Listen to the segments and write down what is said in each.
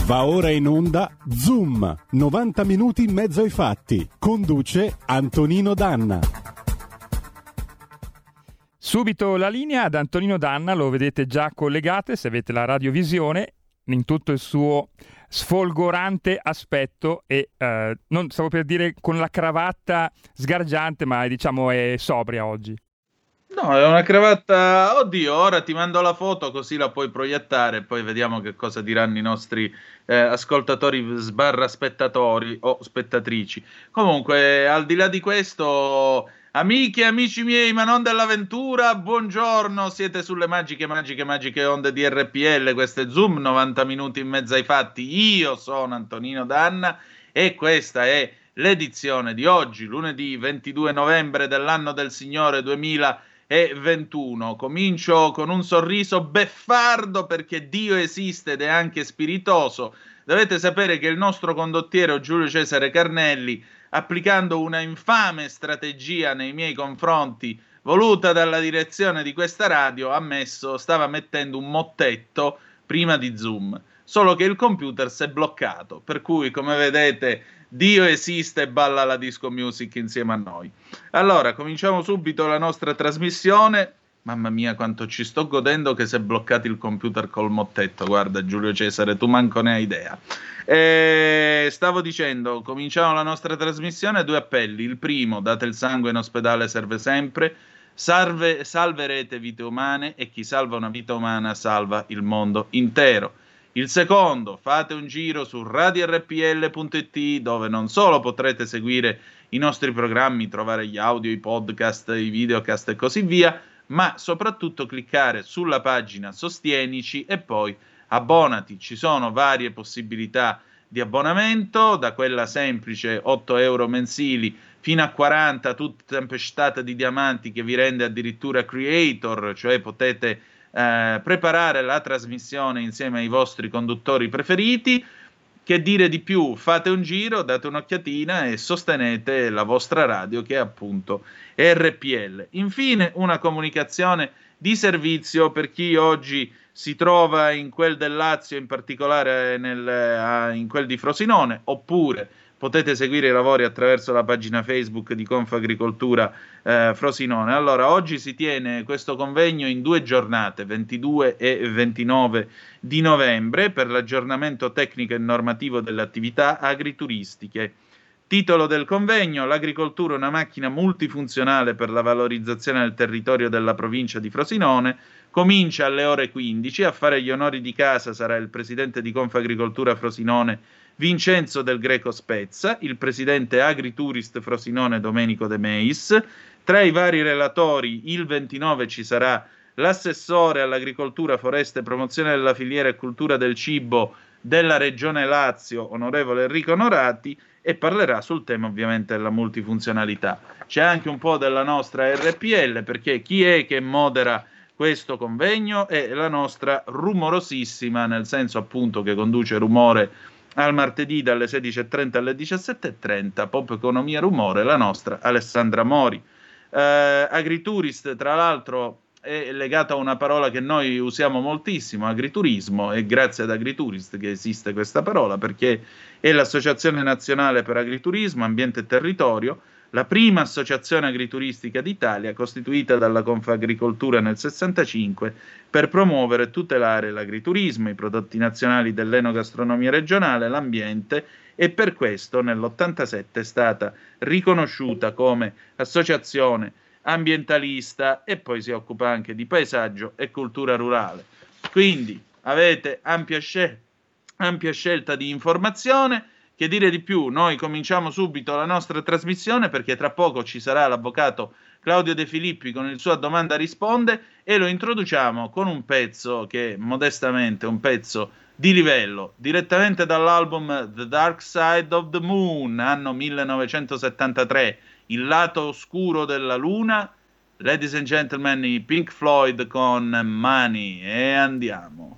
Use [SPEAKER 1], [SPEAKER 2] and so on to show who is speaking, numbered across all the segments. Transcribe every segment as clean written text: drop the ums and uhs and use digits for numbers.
[SPEAKER 1] Va ora in onda Zoom, 90 minuti in mezzo ai fatti. Conduce Antonino Danna.
[SPEAKER 2] Subito la linea ad Antonino Danna, lo vedete già collegate se avete la radiovisione in tutto il suo sfolgorante aspetto e non stavo per dire con la cravatta sgargiante, ma diciamo è sobria oggi.
[SPEAKER 3] No, è una cravatta, oddio, ora ti mando la foto così la puoi proiettare e poi vediamo che cosa diranno i nostri ascoltatori / spettatori o spettatrici. Comunque, al di là di questo, amiche e amici miei, ma non dell'avventura, buongiorno, siete sulle magiche onde di RPL, questo è Zoom, 90 minuti in mezzo ai fatti. Io sono Antonino Danna e questa è l'edizione di oggi, lunedì 22 novembre dell'anno del Signore 2021. Comincio con un sorriso beffardo perché Dio esiste ed è anche spiritoso. Dovete sapere che il nostro condottiero Giulio Cesare Carnelli, applicando una infame strategia nei miei confronti voluta dalla direzione di questa radio, stava mettendo un mottetto prima di Zoom, solo che il computer si è bloccato, per cui come vedete Dio esiste e balla la disco music insieme a noi. Allora, cominciamo subito la nostra trasmissione. Mamma mia, quanto ci sto godendo che si è bloccato il computer col mottetto. Guarda, Giulio Cesare, tu manco ne hai idea. Stavo dicendo, cominciamo la nostra trasmissione. 2 appelli. Il primo, date il sangue in ospedale, serve sempre. Salverete vite umane e chi salva una vita umana salva il mondo intero. Il secondo, fate un giro su radiorpl.it dove non solo potrete seguire i nostri programmi, trovare gli audio, i podcast, i videocast e così via, ma soprattutto cliccare sulla pagina Sostienici e poi abbonati. Ci sono varie possibilità di abbonamento, da quella semplice 8 euro mensili fino a 40, tutta tempestata di diamanti che vi rende addirittura creator, cioè potete preparare la trasmissione insieme ai vostri conduttori preferiti. Che dire di più? Fate un giro, date un'occhiatina e sostenete la vostra radio che è appunto RPL. Infine una comunicazione di servizio per chi oggi si trova in quel del Lazio, in particolare in quel di Frosinone, oppure potete seguire i lavori attraverso la pagina Facebook di Confagricoltura Frosinone. Allora, oggi si tiene questo convegno in 2 giornate, 22 e 29 di novembre, per l'aggiornamento tecnico e normativo delle attività agrituristiche. Titolo del convegno: l'agricoltura è una macchina multifunzionale per la valorizzazione del territorio della provincia di Frosinone. Comincia alle ore 15, a fare gli onori di casa sarà il presidente di Confagricoltura Frosinone Vincenzo Del Greco Spezza, il presidente Agriturist Frosinone Domenico De Meis. Tra i vari relatori il 29 ci sarà l'assessore all'agricoltura, foreste, promozione della filiera e cultura del cibo della Regione Lazio, onorevole Enrico Onorati, e parlerà sul tema ovviamente della multifunzionalità. C'è anche un po' della nostra RPL, perché chi è che modera questo convegno? È la nostra rumorosissima, nel senso appunto che conduce rumore al martedì dalle 16.30 alle 17.30, Pop Economia Rumore, la nostra Alessandra Mori. Agriturist, tra l'altro, è legata a una parola che noi usiamo moltissimo, agriturismo, e grazie ad Agriturist che esiste questa parola, perché è l'Associazione Nazionale per Agriturismo, Ambiente e Territorio, la prima associazione agrituristica d'Italia, costituita dalla Confagricoltura nel 65 per promuovere e tutelare l'agriturismo, i prodotti nazionali dell'enogastronomia regionale, l'ambiente, e per questo nell'87 è stata riconosciuta come associazione ambientalista e poi si occupa anche di paesaggio e cultura rurale. Quindi avete ampia scelta di informazione. Che dire di più? Noi cominciamo subito la nostra trasmissione, perché tra poco ci sarà l'avvocato Claudio De Filippi con il suo Domanda Risponde, e lo introduciamo con un pezzo che modestamente è un pezzo di livello, direttamente dall'album The Dark Side of the Moon, anno 1973, Il lato oscuro della luna. Ladies and gentlemen, i Pink Floyd con Money, e andiamo.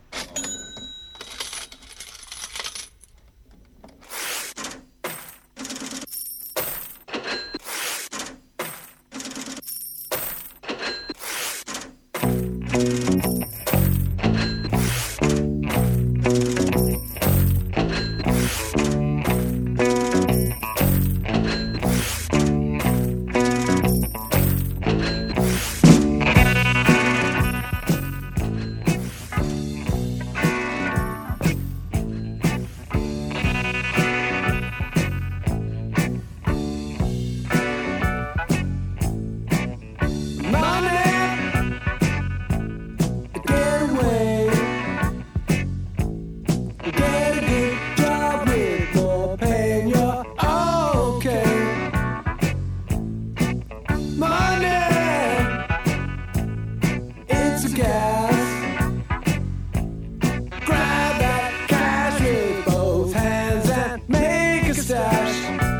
[SPEAKER 4] it's a gas. Grab that cash with both hands and make a stash.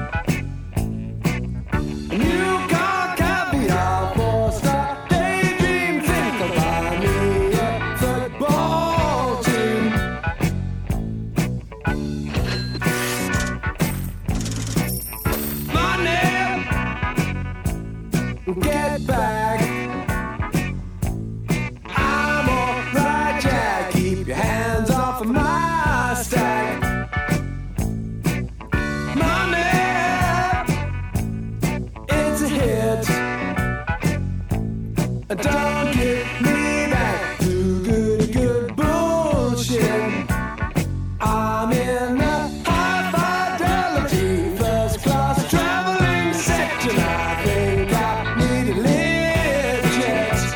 [SPEAKER 4] A new car can't be our four-star daydream. Think of buy me a football team. Money, get back. I'm alright, Jack. Keep your hands off of my stack. Money, it's a hit. Don't get me back to good bullshit. I'm in a high fidelity first class traveling section. I think I need a lift jet.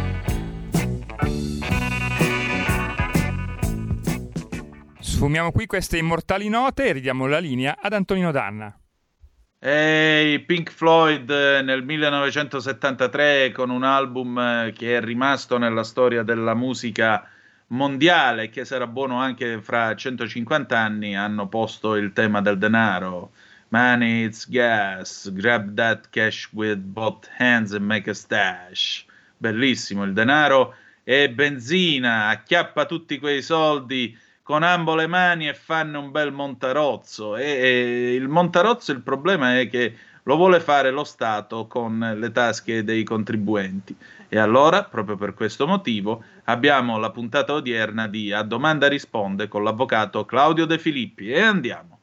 [SPEAKER 2] Sfumiamo qui queste immortali note e ridiamo la linea ad Antonino Danna.
[SPEAKER 3] E i Pink Floyd nel 1973 con un album che è rimasto nella storia della musica mondiale, che sarà buono anche fra 150 anni, hanno posto il tema del denaro. Money, it's gas, grab that cash with both hands and make a stash. Bellissimo, il denaro è benzina, acchiappa tutti quei soldi con ambo le mani e fanno un bel montarozzo. E il montarozzo, il problema è che lo vuole fare lo Stato con le tasche dei contribuenti. E allora, proprio per questo motivo, abbiamo la puntata odierna di A Domanda Risponde con l'avvocato Claudio De Filippi. E andiamo.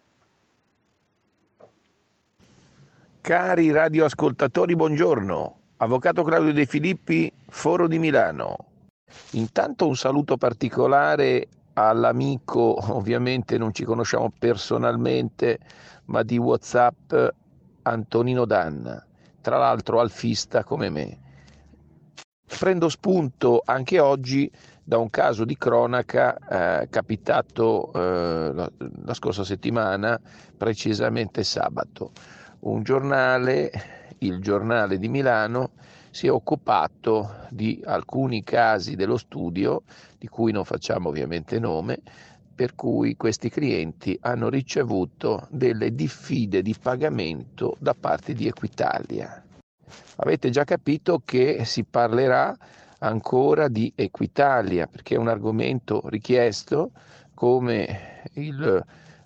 [SPEAKER 5] Cari radioascoltatori, buongiorno. Avvocato Claudio De Filippi, Foro di Milano. Intanto un saluto particolare all'amico, ovviamente non ci conosciamo personalmente, ma di WhatsApp, Antonino Danna, tra l'altro alfista come me. Prendo spunto anche oggi da un caso di cronaca capitato la scorsa settimana, precisamente sabato. Un giornale, il Giornale di Milano, si è occupato di alcuni casi dello studio, di cui non facciamo ovviamente nome, per cui questi clienti hanno ricevuto delle diffide di pagamento da parte di Equitalia. Avete già capito che si parlerà ancora di Equitalia, perché è un argomento richiesto, come il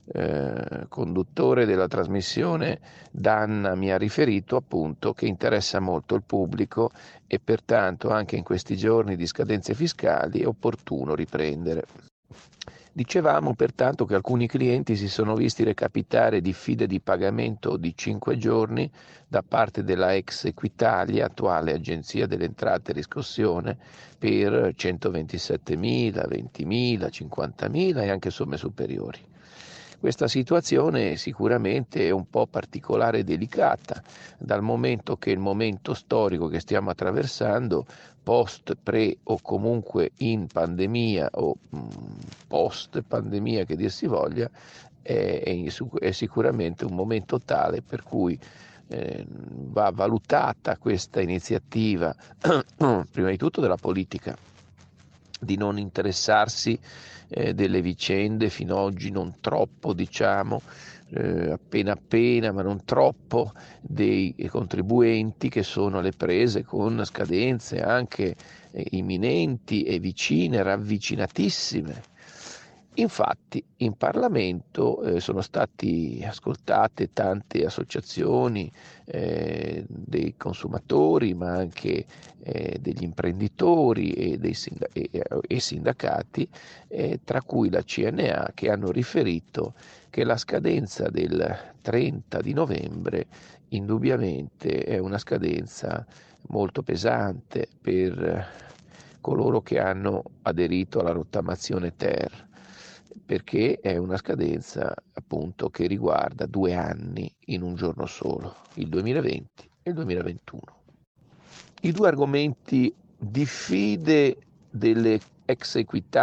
[SPEAKER 5] conduttore della trasmissione Danna mi ha riferito, appunto, che interessa molto il pubblico e pertanto anche in questi giorni di scadenze fiscali è opportuno riprendere. Dicevamo pertanto che alcuni clienti si sono visti recapitare diffide di pagamento di 5 giorni da parte della ex Equitalia, attuale Agenzia delle Entrate e Riscossione, per 127.000, 20.000, 50.000 e anche somme superiori. Questa situazione sicuramente è un po' particolare e delicata, dal momento che il momento storico che stiamo attraversando, post, pre o comunque in pandemia o post pandemia che dir si voglia, è sicuramente un momento tale per cui va valutata questa iniziativa, prima di tutto della politica, di non interessarsi delle vicende fino ad oggi non troppo, diciamo, appena ma non troppo, dei contribuenti, che sono le prese con scadenze anche imminenti e vicine, ravvicinatissime. Infatti in Parlamento sono stati ascoltate tante associazioni dei consumatori, ma anche degli imprenditori e sindacati, tra cui la CNA, che hanno riferito che la scadenza del 30 di novembre indubbiamente è una scadenza molto pesante per coloro che hanno aderito alla rottamazione ter, perché è una scadenza appunto che riguarda 2 anni in un giorno solo, il 2020 e il 2021. I due argomenti: diffide delle ex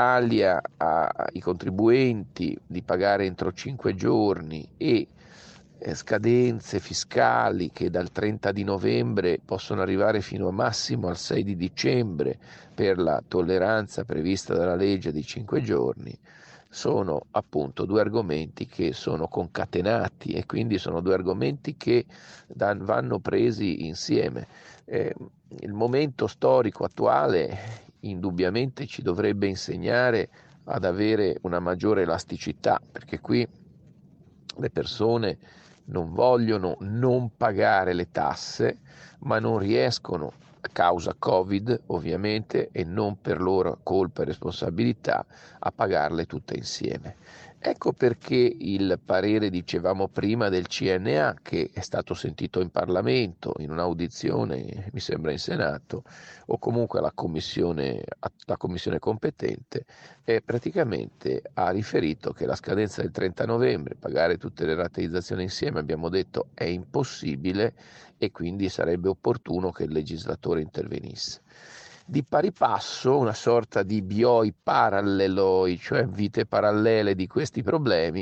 [SPEAKER 5] Equitalia ai contribuenti di pagare entro 5 giorni e scadenze fiscali che dal 30 di novembre possono arrivare fino a massimo al 6 di dicembre per la tolleranza prevista dalla legge di 5 giorni, sono appunto due argomenti che sono concatenati e quindi sono due argomenti che vanno presi insieme. Il momento storico attuale indubbiamente ci dovrebbe insegnare ad avere una maggiore elasticità, perché qui le persone non vogliono non pagare le tasse, ma non riescono, a causa Covid ovviamente, e non per loro colpa e responsabilità, a pagarle tutte insieme. Ecco perché il parere, dicevamo prima, del CNA, che è stato sentito in Parlamento, in un'audizione, mi sembra in Senato, o comunque la commissione competente, praticamente ha riferito che la scadenza del 30 novembre, pagare tutte le rateizzazioni insieme, abbiamo detto, è impossibile e quindi sarebbe opportuno che il legislatore intervenisse. Di pari passo, una sorta di bioi paralleloi, cioè vite parallele di questi problemi,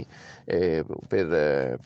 [SPEAKER 5] per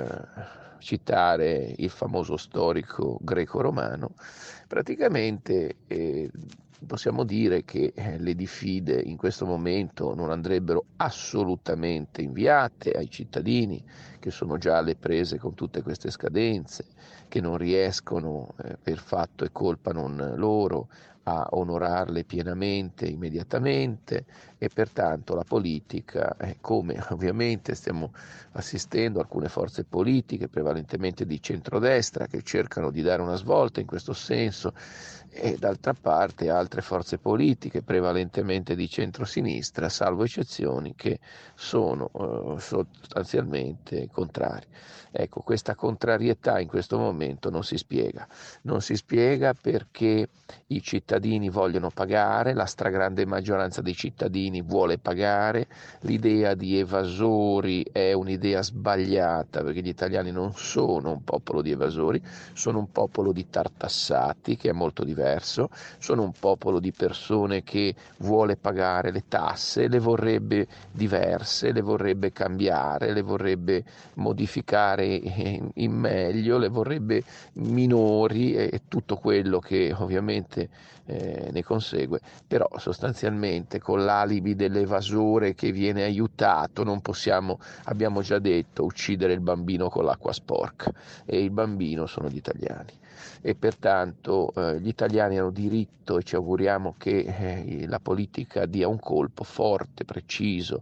[SPEAKER 5] citare il famoso storico greco-romano, praticamente possiamo dire che le diffide in questo momento non andrebbero assolutamente inviate ai cittadini che sono già alle prese con tutte queste scadenze, che non riescono per fatto e colpa non loro a onorarle pienamente, immediatamente, e pertanto la politica, come ovviamente stiamo assistendo alcune forze politiche, prevalentemente di centrodestra, che cercano di dare una svolta in questo senso, e d'altra parte altre forze politiche, prevalentemente di centrosinistra, salvo eccezioni, che sono sostanzialmente contrari. Ecco, questa contrarietà in questo momento non si spiega perché i cittadini vogliono pagare, la stragrande maggioranza dei cittadini vuole pagare, l'idea di evasori è un'idea sbagliata, perché gli italiani non sono un popolo di evasori, sono un popolo di tartassati, che è molto diverso, sono un popolo di persone che vuole pagare le tasse, le vorrebbe diverse, le vorrebbe cambiare, le vorrebbe modificare in meglio, le vorrebbe minori e tutto quello che ovviamente ne consegue, però sostanzialmente con l'alibi dell'evasore che viene aiutato non possiamo, abbiamo già detto, uccidere il bambino con l'acqua sporca, e il bambino sono gli italiani. E pertanto gli italiani hanno diritto, e ci auguriamo che la politica dia un colpo forte, preciso,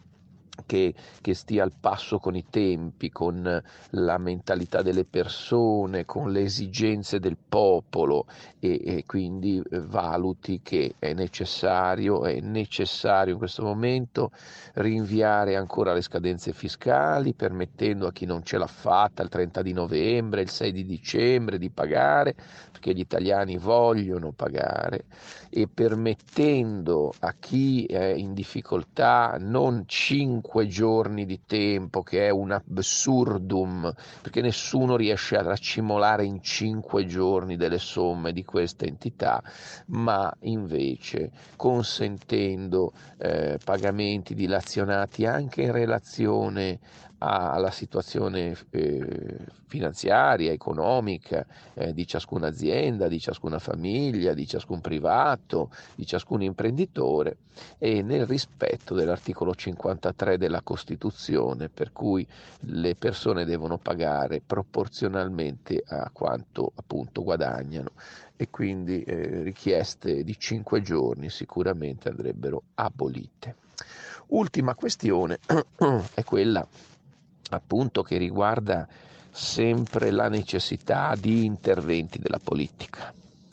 [SPEAKER 5] che stia al passo con i tempi, con la mentalità delle persone, con le esigenze del popolo, e quindi valuti che è necessario in questo momento rinviare ancora le scadenze fiscali, permettendo a chi non ce l'ha fatta il 30 di novembre, il 6 di dicembre di pagare, perché gli italiani vogliono pagare, e permettendo a chi è in difficoltà non 5 giorni di tempo, che è un absurdum, perché nessuno riesce a raccimolare in 5 giorni delle somme di questa entità, ma invece consentendo pagamenti dilazionati anche in relazione alla situazione finanziaria, economica di ciascuna azienda, di ciascuna famiglia, di ciascun privato, di ciascun imprenditore, e nel rispetto dell'articolo 53 della Costituzione, per cui le persone devono pagare proporzionalmente a quanto appunto guadagnano, e quindi richieste di 5 giorni sicuramente andrebbero abolite. Ultima questione è quella appunto che riguarda sempre la necessità di interventi della politica.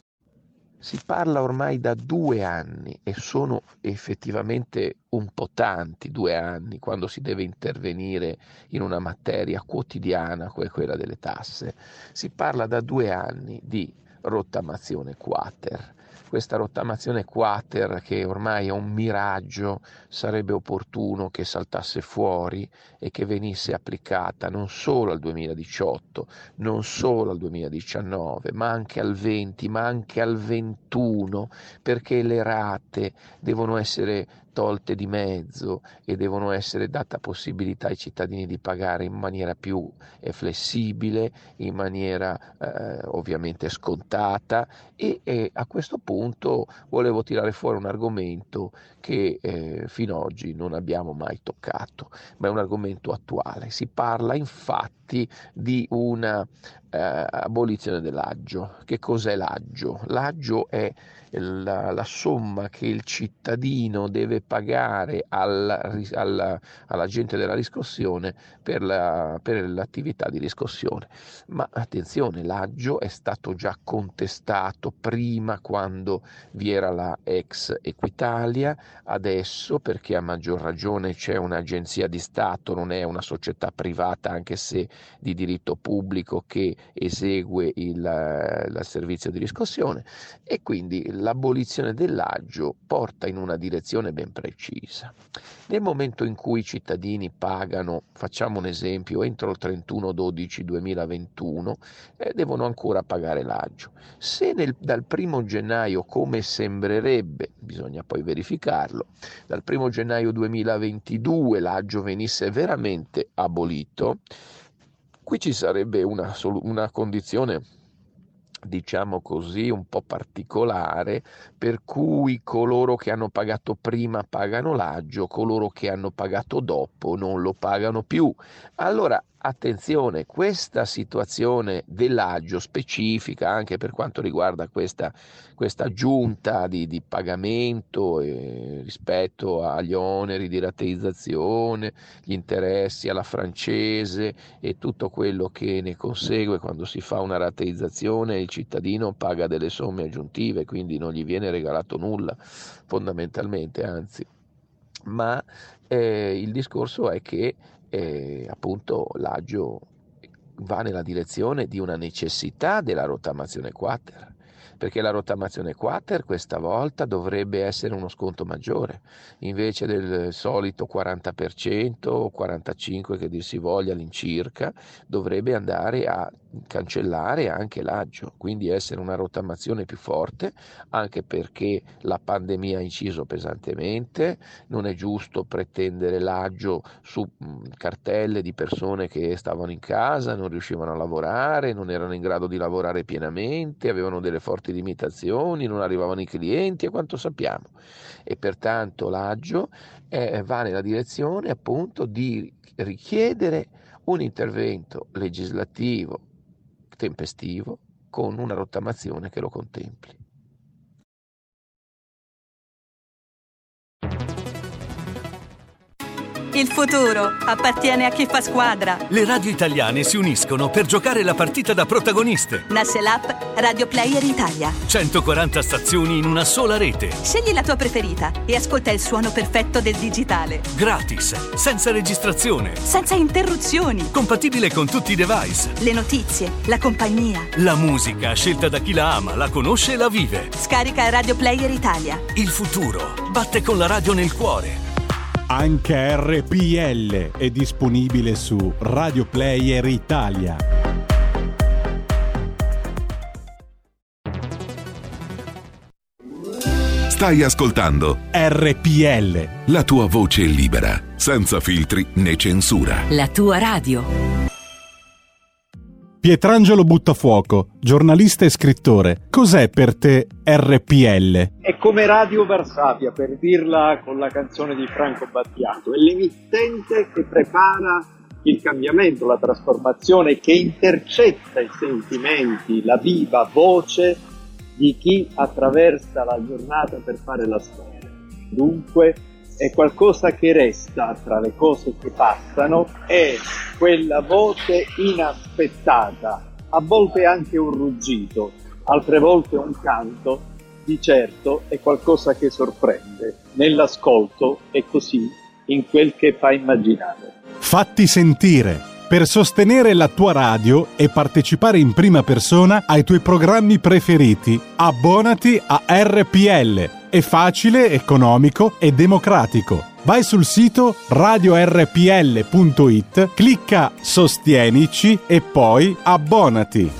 [SPEAKER 5] Si parla ormai da 2 anni, e sono effettivamente un po' tanti 2 anni quando si deve intervenire in una materia quotidiana come quella delle tasse. Si parla da 2 anni di rottamazione quater, questa rottamazione quater, che ormai è un miraggio, sarebbe opportuno che saltasse fuori e che venisse applicata non solo al 2018, non solo al 2019, ma anche al 20, ma anche al 21, perché le rate devono essere tolte di mezzo e devono essere data possibilità ai cittadini di pagare in maniera più flessibile, in maniera ovviamente scontata e a questo punto volevo tirare fuori un argomento che fino ad oggi non abbiamo mai toccato, ma è un argomento attuale. Si parla infatti di una abolizione dell'aggio. Che cos'è l'aggio? L'aggio è la somma che il cittadino deve pagare all'agente della riscossione per l'attività di riscossione. Ma attenzione, l'aggio è stato già contestato prima, quando vi era la ex Equitalia, adesso perché a maggior ragione c'è un'agenzia di Stato, non è una società privata, anche se di diritto pubblico, che esegue il servizio di riscossione, e quindi l'abolizione dell'aggio porta in una direzione ben precisa. Nel momento in cui i cittadini pagano, facciamo un esempio, entro il 31/12/2021, devono ancora pagare l'aggio. Se dal 1 gennaio, come sembrerebbe, bisogna poi verificarlo, dal 1 gennaio 2022 l'aggio venisse veramente abolito, qui ci sarebbe una condizione, diciamo così, un po' particolare, per cui coloro che hanno pagato prima pagano l'aggio, coloro che hanno pagato dopo non lo pagano più. Allora, attenzione, questa situazione dell'aggio specifica anche per quanto riguarda questa aggiunta di pagamento rispetto agli oneri di rateizzazione, gli interessi alla francese e tutto quello che ne consegue quando si fa una rateizzazione. Il cittadino paga delle somme aggiuntive, quindi non gli viene regalato nulla fondamentalmente, anzi, ma il discorso è che appunto l'aggio va nella direzione di una necessità della rottamazione quater, perché la rottamazione quater questa volta dovrebbe essere uno sconto maggiore, invece del solito 40% o 45% che dir si voglia all'incirca, dovrebbe andare a cancellare anche l'aggio, quindi essere una rottamazione più forte, anche perché la pandemia ha inciso pesantemente. Non è giusto pretendere l'aggio su cartelle di persone che stavano in casa, non riuscivano a lavorare, non erano in grado di lavorare pienamente, avevano delle forti limitazioni, non arrivavano i clienti, e quanto sappiamo. E pertanto l'aggio va nella direzione appunto di richiedere un intervento legislativo tempestivo con una rottamazione che lo contempli.
[SPEAKER 6] Il futuro appartiene a chi fa squadra.
[SPEAKER 7] Le radio italiane si uniscono per giocare la partita da protagoniste.
[SPEAKER 6] Nasce l'app Radio Player Italia.
[SPEAKER 7] 140 stazioni in una sola rete.
[SPEAKER 6] Scegli la tua preferita e ascolta il suono perfetto del digitale.
[SPEAKER 7] Gratis, senza registrazione.
[SPEAKER 6] Senza interruzioni.
[SPEAKER 7] Compatibile con tutti i device.
[SPEAKER 6] Le notizie, la compagnia.
[SPEAKER 7] La musica, scelta da chi la ama, la conosce e la vive.
[SPEAKER 6] Scarica Radio Player Italia.
[SPEAKER 7] Il futuro batte con la radio nel cuore.
[SPEAKER 1] Anche RPL è disponibile su Radio Player Italia.
[SPEAKER 8] Stai ascoltando
[SPEAKER 1] RPL,
[SPEAKER 8] la tua voce libera, senza filtri né censura.
[SPEAKER 6] La tua radio.
[SPEAKER 1] Pietrangelo Buttafuoco, giornalista e scrittore. Cos'è per te RPL?
[SPEAKER 9] È come Radio Varsavia, per dirla con la canzone di Franco Battiato. È l'emittente che prepara il cambiamento, la trasformazione, che intercetta i sentimenti, la viva voce di chi attraversa la giornata per fare la storia. Dunque è qualcosa che resta tra le cose che passano, è quella voce inaspettata, a volte anche un ruggito, altre volte un canto, di certo è qualcosa che sorprende, nell'ascolto e così in quel che fa immaginare.
[SPEAKER 1] Fatti sentire. per sostenere la tua radio e partecipare in prima persona ai tuoi programmi preferiti. Abbonati a RPL. È facile, economico e democratico. Vai sul sito radiorpl.it, clicca Sostienici e poi abbonati.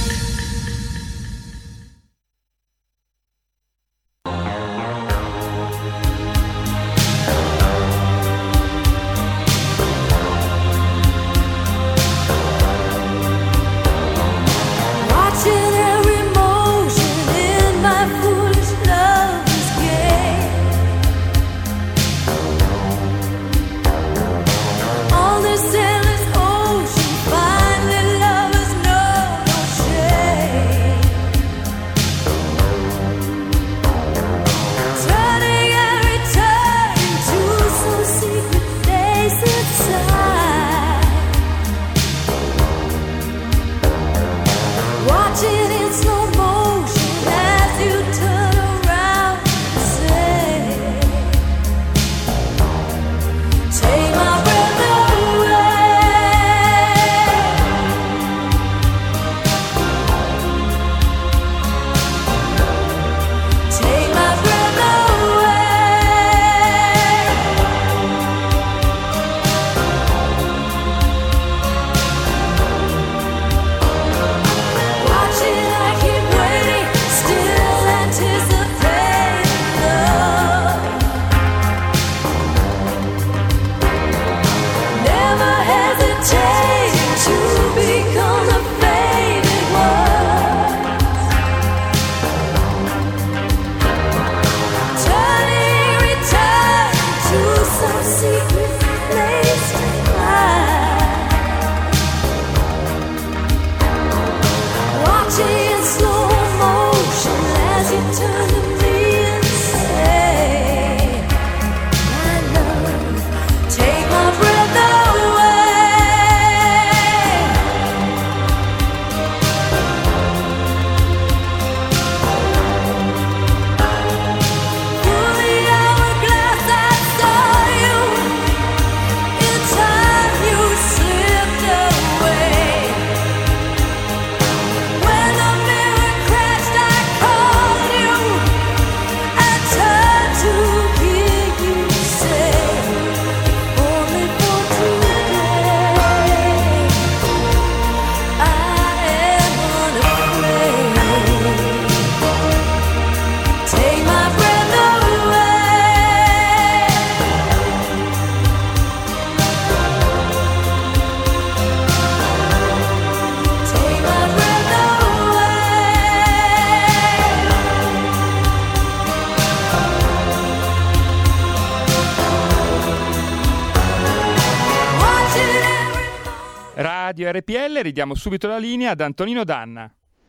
[SPEAKER 2] Radio RPL, ridiamo subito la linea ad Antonino Danna.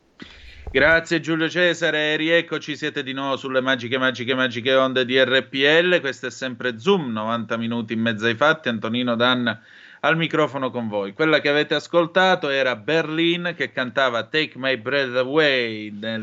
[SPEAKER 3] Grazie Giulio Cesare, rieccoci, siete di nuovo sulle magiche onde di RPL, questo è sempre Zoom, 90 minuti in mezzo ai fatti, Antonino Danna al microfono con voi. Quella che avete ascoltato era Berlin che cantava Take My Breath Away nel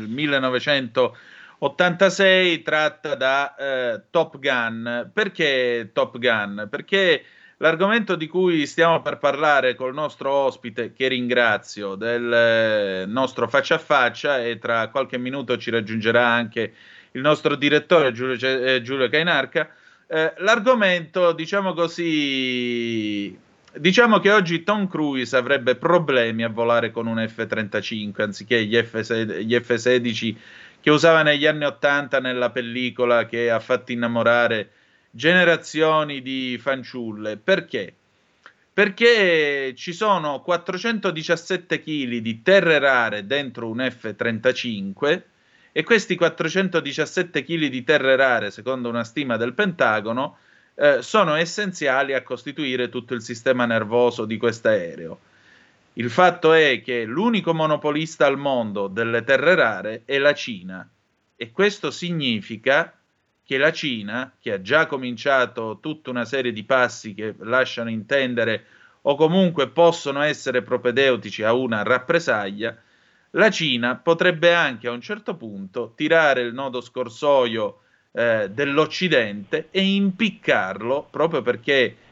[SPEAKER 3] 1986, tratta da Top Gun. Perché Top Gun? Perché l'argomento di cui stiamo per parlare col nostro ospite, che ringrazio, del nostro faccia a faccia, e tra qualche minuto ci raggiungerà anche il nostro direttore Giulio Cainarca, l'argomento, diciamo così, diciamo che oggi Tom Cruise avrebbe problemi a volare con un F-35 anziché gli F-16 che usava negli anni '80 nella pellicola che ha fatto innamorare generazioni di fanciulle. Perché? Perché ci sono 417 kg di terre rare dentro un F-35 e questi 417 kg di terre rare, secondo una stima del Pentagono, sono essenziali a costituire tutto il sistema nervoso di quest'aereo. Il fatto è che l'unico monopolista al mondo delle terre rare è la Cina, e questo significa che la Cina, che ha già cominciato tutta una serie di passi che lasciano intendere o comunque possono essere propedeutici a una rappresaglia, la Cina potrebbe anche a un certo punto tirare il nodo scorsoio dell'Occidente e impiccarlo, proprio perché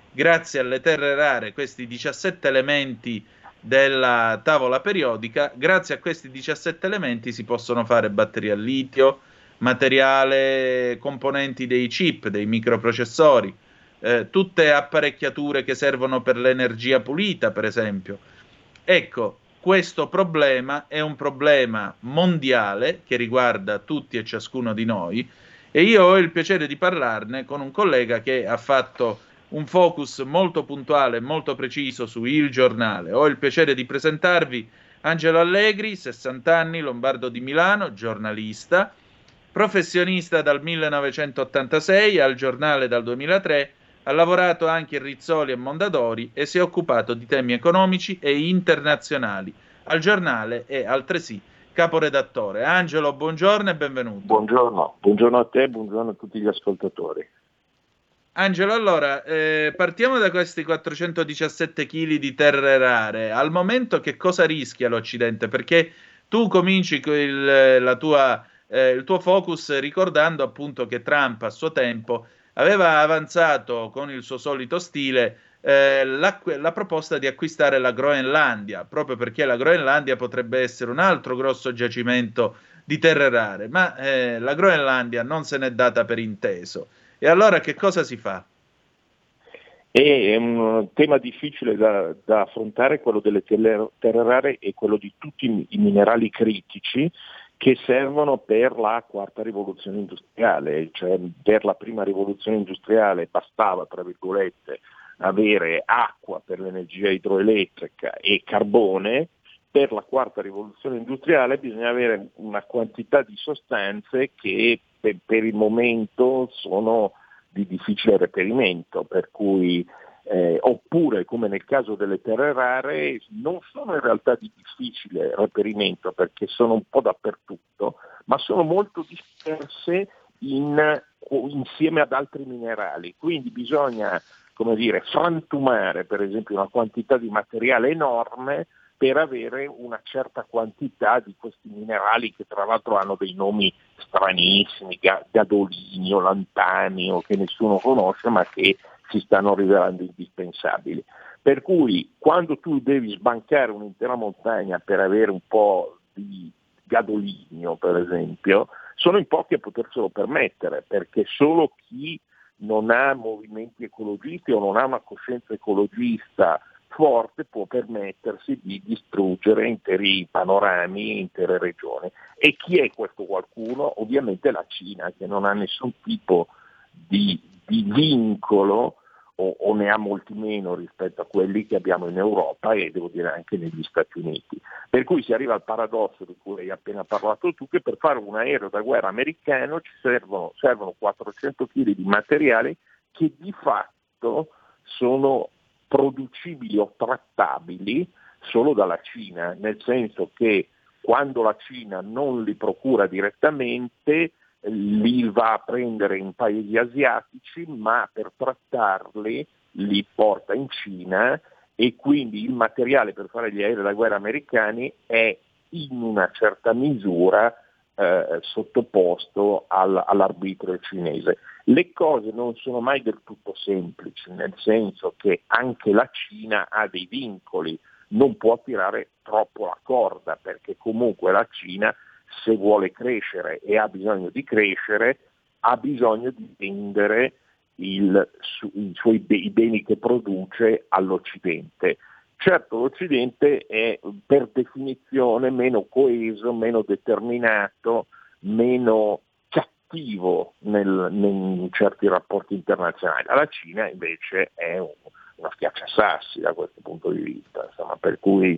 [SPEAKER 3] grazie alle terre rare, questi 17 elementi della tavola periodica, grazie a questi 17 elementi si possono fare batterie al litio, materiale, componenti dei chip, dei microprocessori, tutte apparecchiature che servono per l'energia pulita, per esempio. Ecco, questo problema è un problema mondiale che riguarda tutti e ciascuno di noi, e io ho il piacere di parlarne con un collega che ha fatto un focus molto puntuale, molto preciso su Il Giornale. Ho il piacere di presentarvi Angelo Allegri, 60 anni, lombardo di Milano, giornalista, professionista dal 1986, al Giornale dal 2003, ha lavorato anche in Rizzoli e Mondadori e si è occupato di temi economici e internazionali. Al Giornale è altresì caporedattore. Angelo, buongiorno e benvenuto.
[SPEAKER 10] Buongiorno a te, buongiorno a tutti gli ascoltatori.
[SPEAKER 3] Angelo, allora, partiamo da questi 417 kg di terre rare. Al momento che cosa rischia l'Occidente? Perché tu cominci con il tuo focus ricordando appunto che Trump a suo tempo aveva avanzato con il suo solito stile la proposta di acquistare la Groenlandia, proprio perché la Groenlandia potrebbe essere un altro grosso giacimento di terre rare, ma la Groenlandia non se n'è data per inteso. E allora che cosa si fa?
[SPEAKER 10] È un tema difficile da affrontare, quello delle terre rare e quello di tutti i minerali critici che servono per la quarta rivoluzione industriale, cioè per la prima rivoluzione industriale bastava, tra virgolette, avere acqua per l'energia idroelettrica e carbone. Per la quarta rivoluzione industriale bisogna avere una quantità di sostanze che per il momento sono di difficile reperimento, per cui oppure, come nel caso delle terre rare, non sono in realtà di difficile reperimento perché sono un po' dappertutto, ma sono molto disperse insieme ad altri minerali, quindi bisogna, come dire, frantumare per esempio una quantità di materiale enorme per avere una certa quantità di questi minerali che tra l'altro hanno dei nomi stranissimi, gadolinio, lantanio, che nessuno conosce ma che si stanno rivelando indispensabili. Per cui quando tu devi sbancare un'intera montagna per avere un po' di gadolinio, per esempio, sono in pochi a poterselo permettere, perché solo chi non ha movimenti ecologisti o non ha una coscienza ecologista forte può permettersi di distruggere interi panorami, intere regioni. E chi è questo qualcuno? Ovviamente la Cina, che non ha nessun tipo di vincolo o ne ha molti meno rispetto a quelli che abbiamo in Europa e devo dire anche negli Stati Uniti. Per cui si arriva al paradosso di cui hai appena parlato tu, che per fare un aereo da guerra americano ci servono 400 kg di materiali che di fatto sono producibili o trattabili solo dalla Cina, nel senso che quando la Cina non li procura direttamente li va a prendere in paesi asiatici, ma per trattarli li porta in Cina e quindi il materiale per fare gli aerei da guerra americani è in una certa misura sottoposto all'arbitrio cinese. Le cose non sono mai del tutto semplici, nel senso che anche la Cina ha dei vincoli, non può tirare troppo la corda, perché comunque la Cina, se vuole crescere e ha bisogno di crescere, ha bisogno di vendere i beni che produce all'Occidente. Certo, l'Occidente è per definizione meno coeso, meno determinato, meno cattivo in certi rapporti internazionali. La Cina invece è una schiacciasassi da questo punto di vista, insomma, per cui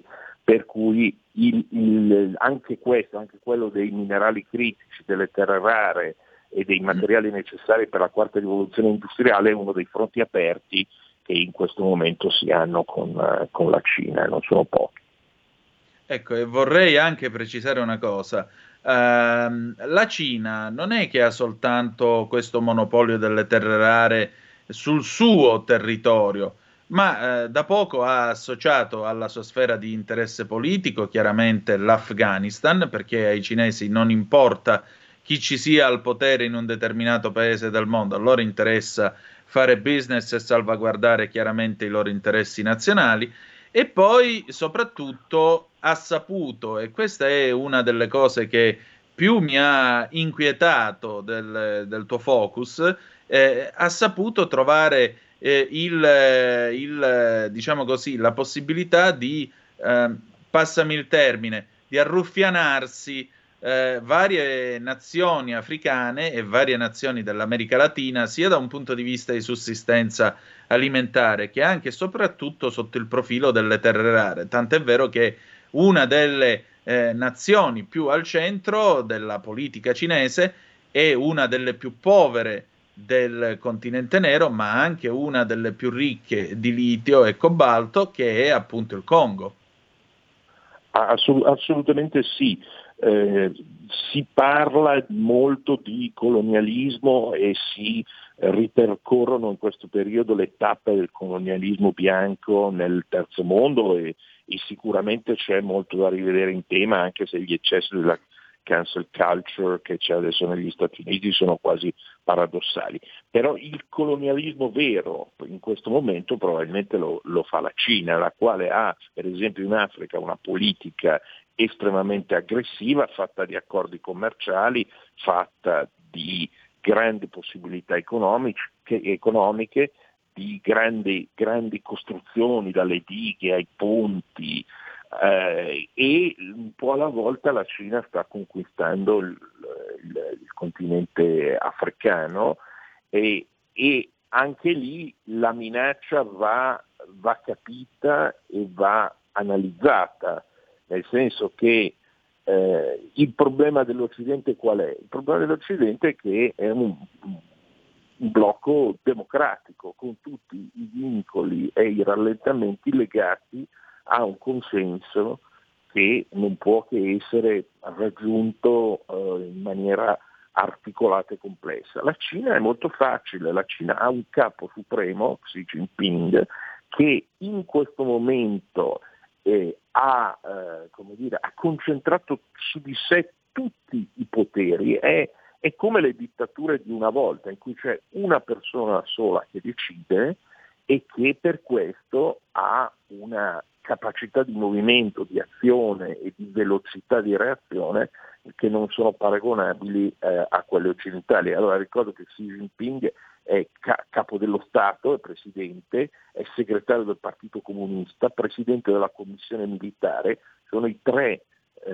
[SPEAKER 10] anche quello dei minerali critici, delle terre rare e dei materiali necessari per la quarta rivoluzione industriale è uno dei fronti aperti che in questo momento si hanno con la Cina, non sono pochi.
[SPEAKER 3] Ecco, e vorrei anche precisare una cosa. La Cina non è che ha soltanto questo monopolio delle terre rare sul suo territorio, ma da poco ha associato alla sua sfera di interesse politico chiaramente l'Afghanistan, perché ai cinesi non importa chi ci sia al potere in un determinato paese del mondo. A loro interessa fare business e salvaguardare chiaramente i loro interessi nazionali. E poi soprattutto ha saputo, e questa è una delle cose che più mi ha inquietato del tuo focus, ha saputo trovare diciamo così, la possibilità di, passami il termine, di arruffianarsi varie nazioni africane e varie nazioni dell'America Latina, sia da un punto di vista di sussistenza alimentare che anche e soprattutto sotto il profilo delle terre rare. Tant'è vero che una delle nazioni più al centro della politica cinese è una delle più povere del continente nero, ma anche una delle più ricche di litio e cobalto, che è appunto il Congo.
[SPEAKER 10] Assolutamente sì. Si parla molto di colonialismo e si ripercorrono in questo periodo le tappe del colonialismo bianco nel terzo mondo e sicuramente c'è molto da rivedere in tema, anche se gli eccessi della cancel culture che c'è adesso negli Stati Uniti sono quasi paradossali. Però il colonialismo vero in questo momento probabilmente lo fa la Cina, la quale ha per esempio in Africa una politica estremamente aggressiva, fatta di accordi commerciali, fatta di grandi possibilità economiche, di grandi costruzioni, dalle dighe ai ponti, e un po' alla volta la Cina sta conquistando il continente africano e anche lì la minaccia va capita e va analizzata, nel senso che il problema dell'Occidente qual è? Il problema dell'Occidente è che è un blocco democratico con tutti i vincoli e i rallentamenti legati a un consenso che non può che essere raggiunto in maniera articolata e complessa. La Cina è molto facile, la Cina ha un capo supremo, Xi Jinping, che in questo momento ha concentrato su di sé tutti i poteri, è come le dittature di una volta in cui c'è una persona sola che decide e che per questo ha una capacità di movimento, di azione e di velocità di reazione che non sono paragonabili a quelle occidentali. Allora ricordo che Xi Jinping è capo dello Stato, è presidente, è segretario del Partito Comunista, presidente della Commissione Militare, sono i tre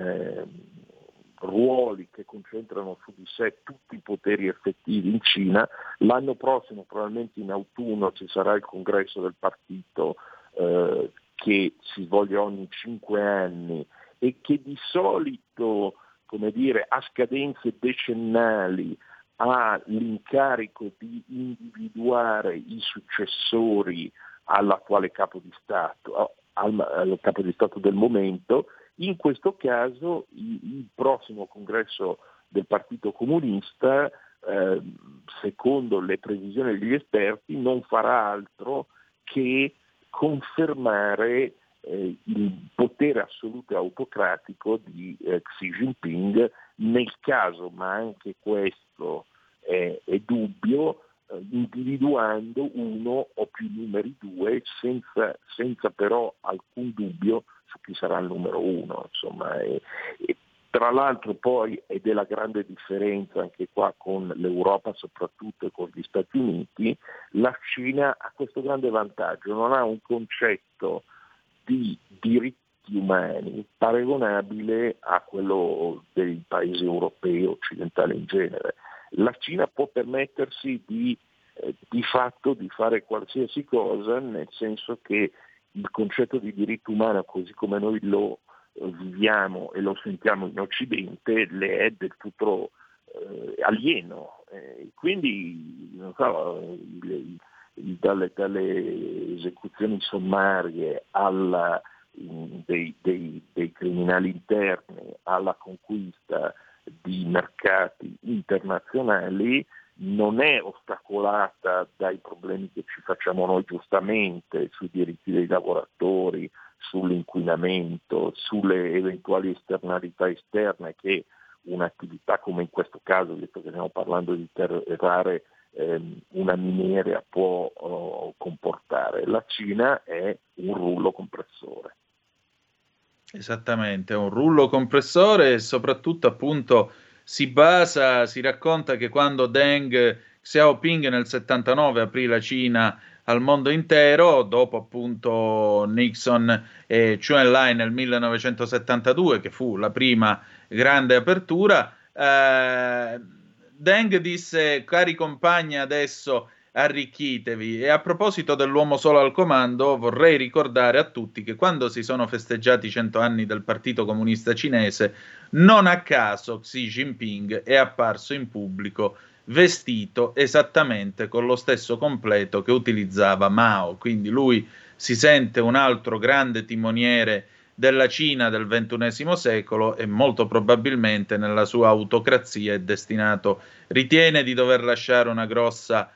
[SPEAKER 10] ruoli che concentrano su di sé tutti i poteri effettivi in Cina. L'anno prossimo, probabilmente in autunno, ci sarà il congresso del partito che si svolge ogni 5 anni e che di solito, a scadenze decennali ha l'incarico di individuare i successori all'attuale capo di Stato, al capo di Stato del momento. In questo caso il prossimo congresso del Partito Comunista, secondo le previsioni degli esperti, non farà altro che confermare il potere assoluto e autocratico di Xi Jinping nel caso, ma anche questo è dubbio, individuando uno o più numeri due senza però alcun dubbio su chi sarà il numero uno. Insomma, e tra l'altro poi, ed è la grande differenza anche qua con l'Europa soprattutto e con gli Stati Uniti, la Cina ha questo grande vantaggio, non ha un concetto di diritti umani paragonabile a quello dei paesi europei occidentali in genere. La Cina può permettersi di fatto di fare qualsiasi cosa, nel senso che il concetto di diritto umano, così come noi lo viviamo e lo sentiamo in Occidente, le è del tutto alieno. Quindi non so, dalle esecuzioni sommarie dei criminali interni alla conquista di mercati internazionali non è ostacolata dai problemi che ci facciamo noi giustamente sui diritti dei lavoratori, sull'inquinamento, sulle eventuali esternalità esterne che un'attività come in questo caso, visto che stiamo parlando di terrare una miniera, può comportare. La Cina è un rullo compressore.
[SPEAKER 3] Esattamente, è un rullo compressore e soprattutto appunto si racconta che quando Deng Xiaoping nel 79 aprì la Cina al mondo intero, dopo appunto Nixon e Zhou Enlai nel 1972, che fu la prima grande apertura, Deng disse: cari compagni, adesso arricchitevi. E a proposito dell'uomo solo al comando, vorrei ricordare a tutti che quando si sono festeggiati i 100 anni del Partito Comunista Cinese, non a caso Xi Jinping è apparso in pubblico vestito esattamente con lo stesso completo che utilizzava Mao. Quindi lui si sente un altro grande timoniere della Cina del XXI secolo e molto probabilmente nella sua autocrazia è destinato, ritiene di dover lasciare una grossa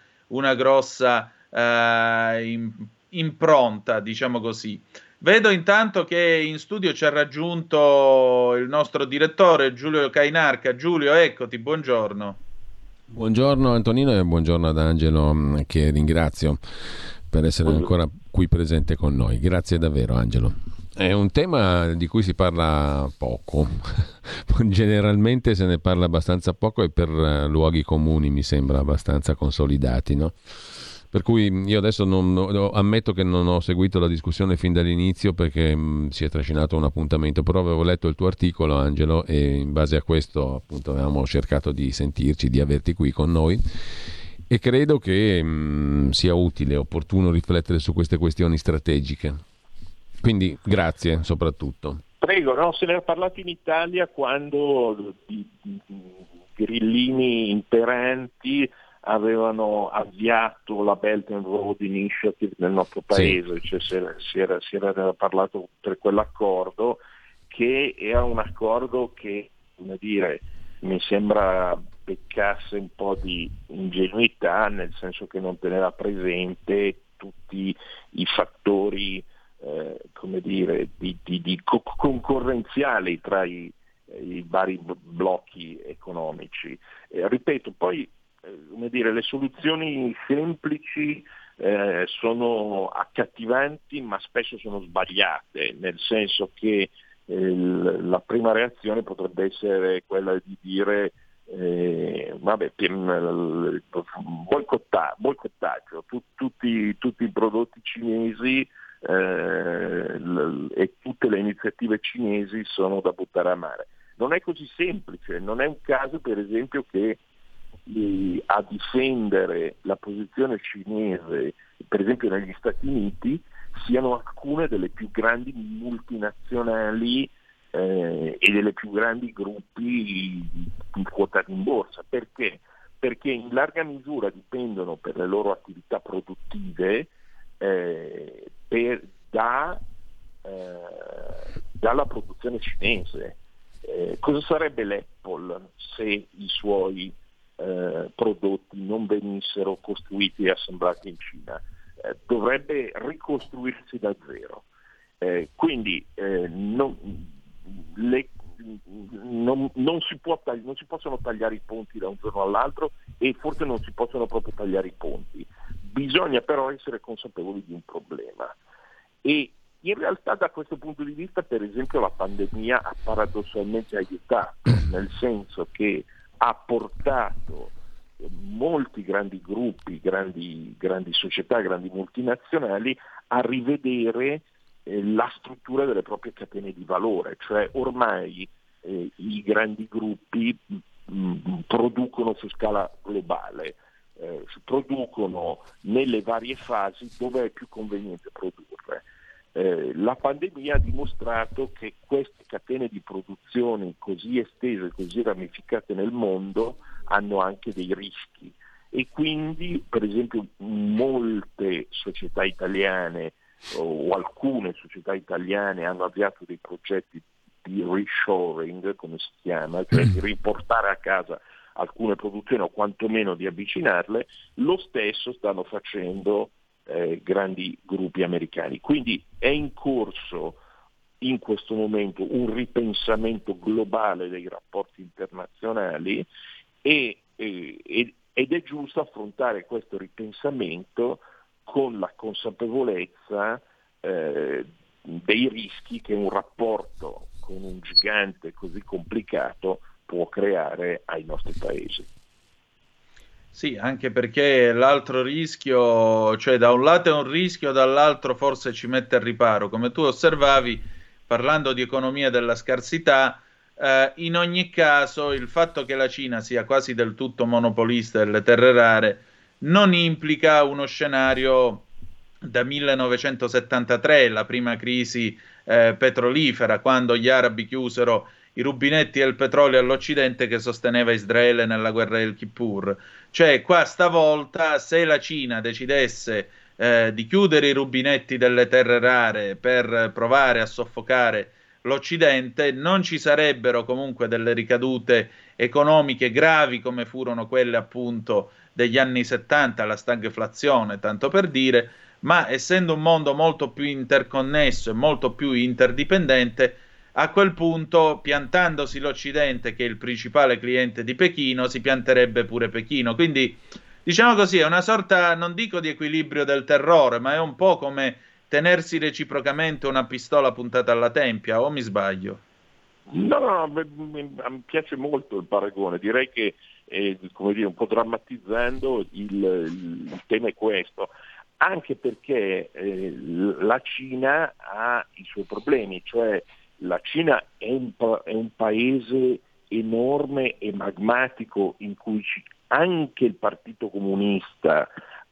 [SPEAKER 3] impronta, diciamo così. Vedo intanto che in studio ci ha raggiunto il nostro direttore Giulio Cainarca. Giulio, eccoti, buongiorno.
[SPEAKER 11] Buongiorno Antonino e buongiorno ad Angelo, che ringrazio per essere ancora qui presente con noi. Grazie davvero, Angelo. È un tema di cui si parla poco, generalmente se ne parla abbastanza poco e per luoghi comuni, mi sembra abbastanza consolidati, no? Per cui io adesso ammetto che non ho seguito la discussione fin dall'inizio perché si è trascinato un appuntamento, però avevo letto il tuo articolo, Angelo, e in base a questo appunto avevamo cercato di sentirci, di averti qui con noi, e credo che sia utile, opportuno riflettere su queste questioni strategiche. Quindi grazie soprattutto.
[SPEAKER 10] Prego, no, se ne era parlato in Italia quando i grillini imperanti avevano avviato la Belt and Road Initiative nel nostro paese, sì. Cioè si era parlato per quell'accordo, che era un accordo che, come dire, mi sembra peccasse un po' di ingenuità, nel senso che non teneva presente tutti i fattori come dire, di concorrenziali tra i vari blocchi economici. Ripeto, poi come dire, le soluzioni semplici sono accattivanti ma spesso sono sbagliate, nel senso che la prima reazione potrebbe essere quella di dire boicottaggio, tutti i prodotti cinesi e tutte le iniziative cinesi sono da buttare a mare. Non è così semplice, non è un caso per esempio che a difendere la posizione cinese, per esempio negli Stati Uniti, siano alcune delle più grandi multinazionali e delle più grandi gruppi quotati in borsa. Perché? Perché in larga misura dipendono per le loro attività produttive dalla produzione cinese. Cosa sarebbe l'Apple se i suoi prodotti non venissero costruiti e assemblati in Cina? Dovrebbe ricostruirsi da zero. Quindi non si possono tagliare i ponti da un giorno all'altro e forse non si possono proprio tagliare i ponti. Bisogna però essere consapevoli di un problema, e in realtà da questo punto di vista per esempio la pandemia ha paradossalmente aiutato, nel senso che ha portato molti grandi gruppi, grandi società, grandi multinazionali a rivedere la struttura delle proprie catene di valore, cioè ormai i grandi gruppi producono su scala globale, producono nelle varie fasi dove è più conveniente produrre. La pandemia ha dimostrato che queste catene di produzione così estese, così ramificate nel mondo, hanno anche dei rischi, e quindi per esempio molte società italiane o alcune società italiane hanno avviato dei progetti di reshoring, come si chiama, cioè di riportare a casa alcune produzioni o quantomeno di avvicinarle. Lo stesso stanno facendo grandi gruppi americani. Quindi è in corso in questo momento un ripensamento globale dei rapporti internazionali ed è giusto affrontare questo ripensamento con la consapevolezza dei rischi che un rapporto con un gigante così complicato può creare ai nostri paesi.
[SPEAKER 3] Sì, anche perché l'altro rischio, cioè da un lato è un rischio, dall'altro forse ci mette al riparo. Come tu osservavi, parlando di economia della scarsità, in ogni caso il fatto che la Cina sia quasi del tutto monopolista delle terre rare non implica uno scenario da 1973, la prima crisi petrolifera, quando gli arabi chiusero i rubinetti del petrolio all'Occidente che sosteneva Israele nella guerra del Kippur. Cioè, qua stavolta, se la Cina decidesse di chiudere i rubinetti delle terre rare per provare a soffocare l'Occidente, non ci sarebbero comunque delle ricadute economiche gravi come furono quelle appunto degli anni 70, la stagflazione, tanto per dire, ma essendo un mondo molto più interconnesso e molto più interdipendente, a quel punto, piantandosi l'Occidente, che è il principale cliente di Pechino, si pianterebbe pure Pechino. Quindi, diciamo così, è una sorta, non dico di equilibrio del terrore, ma è un po' come tenersi reciprocamente una pistola puntata alla tempia, o mi sbaglio?
[SPEAKER 10] No, mi piace molto il paragone. Direi che, come dire, un po' drammatizzando, il tema è questo. Anche perché la Cina ha i suoi problemi, cioè la Cina è un paese enorme e magmatico in cui anche il Partito Comunista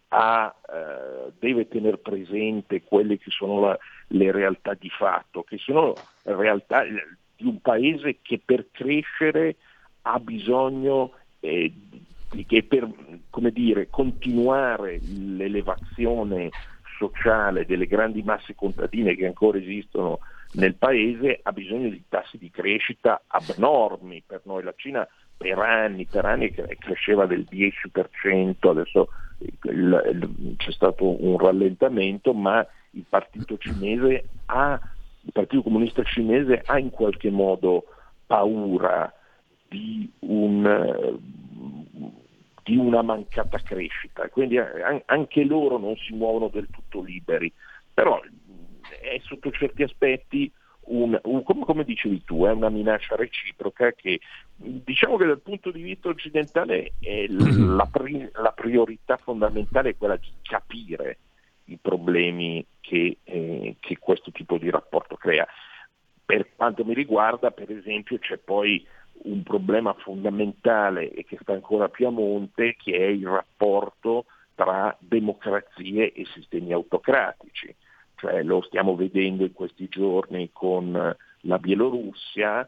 [SPEAKER 10] deve tenere presente quelle che sono le realtà di fatto, che sono realtà di un paese che per crescere ha bisogno che per, come dire, continuare l'elevazione sociale delle grandi masse contadine che ancora esistono nel paese, ha bisogno di tassi di crescita abnormi. Per noi la Cina per anni cresceva del 10%, adesso c'è stato un rallentamento, ma il Partito Comunista Cinese ha in qualche modo paura di una mancata crescita, quindi anche loro non si muovono del tutto liberi, però è sotto certi aspetti come dicevi tu, è una minaccia reciproca che, diciamo che dal punto di vista occidentale la priorità fondamentale è quella di capire i problemi che questo tipo di rapporto crea. Per quanto mi riguarda, per esempio, c'è poi un problema fondamentale e che sta ancora più a monte, che è il rapporto tra democrazie e sistemi autocratici. Cioè, lo stiamo vedendo in questi giorni con la Bielorussia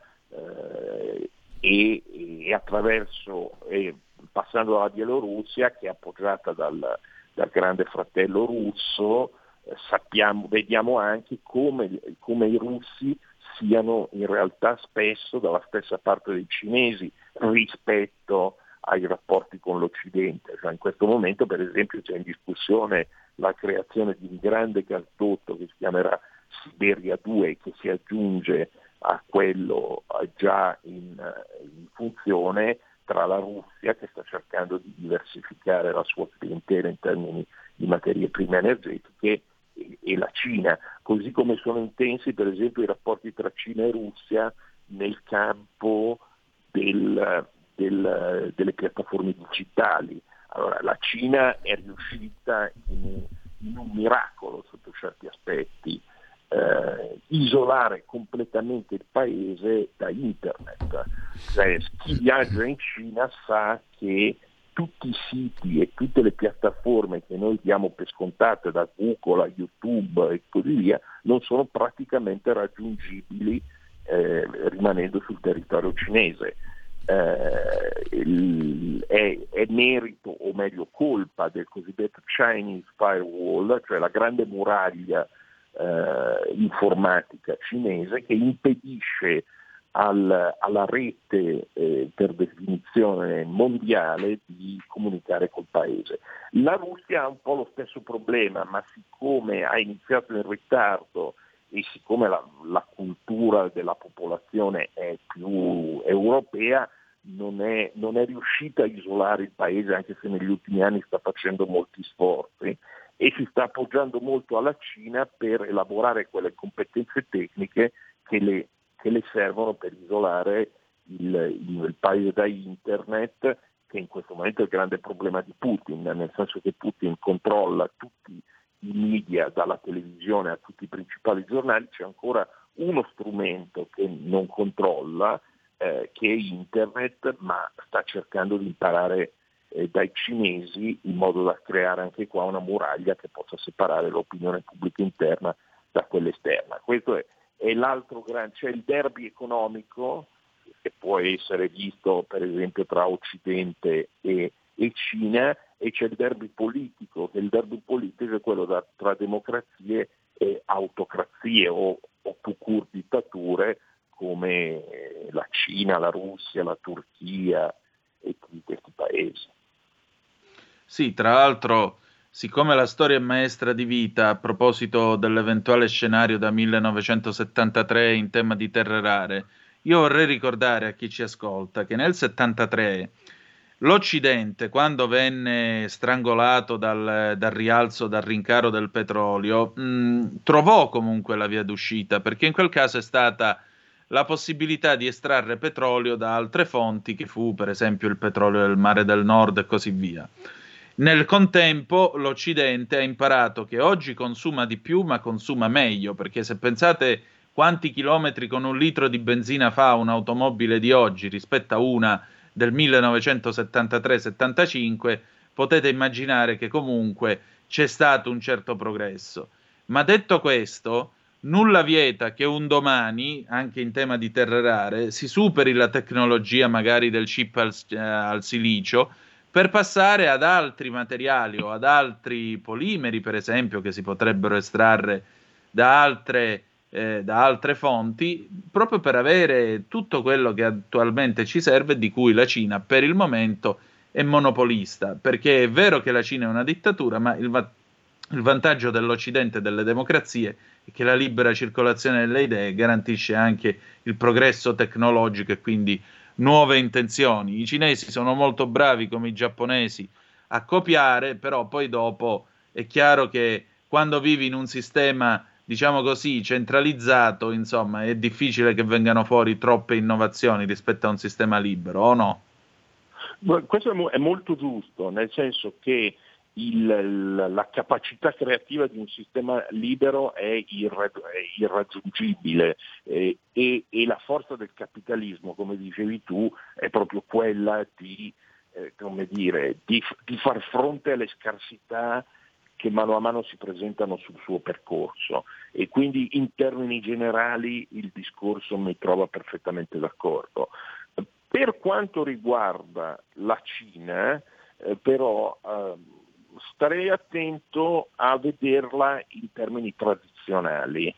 [SPEAKER 10] e passando dalla Bielorussia, che è appoggiata dal grande fratello russo, vediamo anche come i russi siano in realtà spesso dalla stessa parte dei cinesi rispetto ai rapporti con l'Occidente. Cioè, in questo momento, per esempio, c'è in discussione la creazione di un grande gasdotto che si chiamerà Siberia 2, che si aggiunge a quello già in funzione, tra la Russia, che sta cercando di diversificare la sua clientela in termini di materie prime energetiche, e la Cina, così come sono intensi per esempio i rapporti tra Cina e Russia nel campo delle piattaforme digitali. Allora, la Cina è riuscita in un miracolo sotto certi aspetti, isolare completamente il paese da internet. Cioè, chi viaggia in Cina sa che tutti i siti e tutte le piattaforme che noi diamo per scontate, da Google a YouTube e così via, non sono praticamente raggiungibili rimanendo sul territorio cinese. È merito, o meglio colpa, del cosiddetto Chinese Firewall, cioè la grande muraglia informatica cinese che impedisce alla rete per definizione mondiale di comunicare col paese. La Russia ha un po' lo stesso problema, ma siccome ha iniziato in ritardo e siccome la cultura della popolazione è più europea, non è riuscita a isolare il paese, anche se negli ultimi anni sta facendo molti sforzi, e si sta appoggiando molto alla Cina per elaborare quelle competenze tecniche che le servono per isolare il paese da internet, che in questo momento è il grande problema di Putin, nel senso che Putin controlla tutti i media, dalla televisione a tutti i principali giornali. C'è ancora uno strumento che non controlla, che è internet, ma sta cercando di imparare dai cinesi, in modo da creare anche qua una muraglia che possa separare l'opinione pubblica interna da quella esterna. Questo è l'altro grande, c'è il derby economico che può essere visto per esempio tra Occidente e Cina, e c'è il derby politico, che il derby politico è quello tra democrazie e autocrazie o tout court dittature come la Cina, la Russia, la Turchia e tutti questi paesi.
[SPEAKER 3] Sì, tra l'altro, siccome la storia è maestra di vita, a proposito dell'eventuale scenario da 1973 in tema di terre rare, io vorrei ricordare a chi ci ascolta che nel 73 l'Occidente, quando venne strangolato dal rialzo, dal rincaro del petrolio, trovò comunque la via d'uscita, perché in quel caso è stata la possibilità di estrarre petrolio da altre fonti, che fu per esempio il petrolio del Mare del Nord e così via. Nel contempo l'Occidente ha imparato che oggi consuma di più ma consuma meglio, perché se pensate quanti chilometri con un litro di benzina fa un'automobile di oggi rispetto a una del 1973-75, potete immaginare che comunque c'è stato un certo progresso. Ma detto questo, nulla vieta che un domani, anche in tema di terre rare, si superi la tecnologia magari del chip al silicio per passare ad altri materiali o ad altri polimeri, per esempio, che si potrebbero estrarre da altre fonti, proprio per avere tutto quello che attualmente ci serve, di cui la Cina per il momento è monopolista, perché è vero che la Cina è una dittatura, ma il vantaggio dell'Occidente e delle democrazie è che la libera circolazione delle idee garantisce anche il progresso tecnologico e quindi nuove intenzioni. I cinesi sono molto bravi, come i giapponesi, a copiare, però poi dopo è chiaro che quando vivi in un sistema, diciamo così, centralizzato, insomma, è difficile che vengano fuori troppe innovazioni rispetto a un sistema libero, o no?
[SPEAKER 10] Questo è molto giusto, nel senso che la capacità creativa di un sistema libero è irraggiungibile, e la forza del capitalismo, come dicevi tu, è proprio quella di far fronte alle scarsità che mano a mano si presentano sul suo percorso, e quindi in termini generali il discorso mi trova perfettamente d'accordo. Per quanto riguarda la Cina, però starei attento a vederla in termini tradizionali.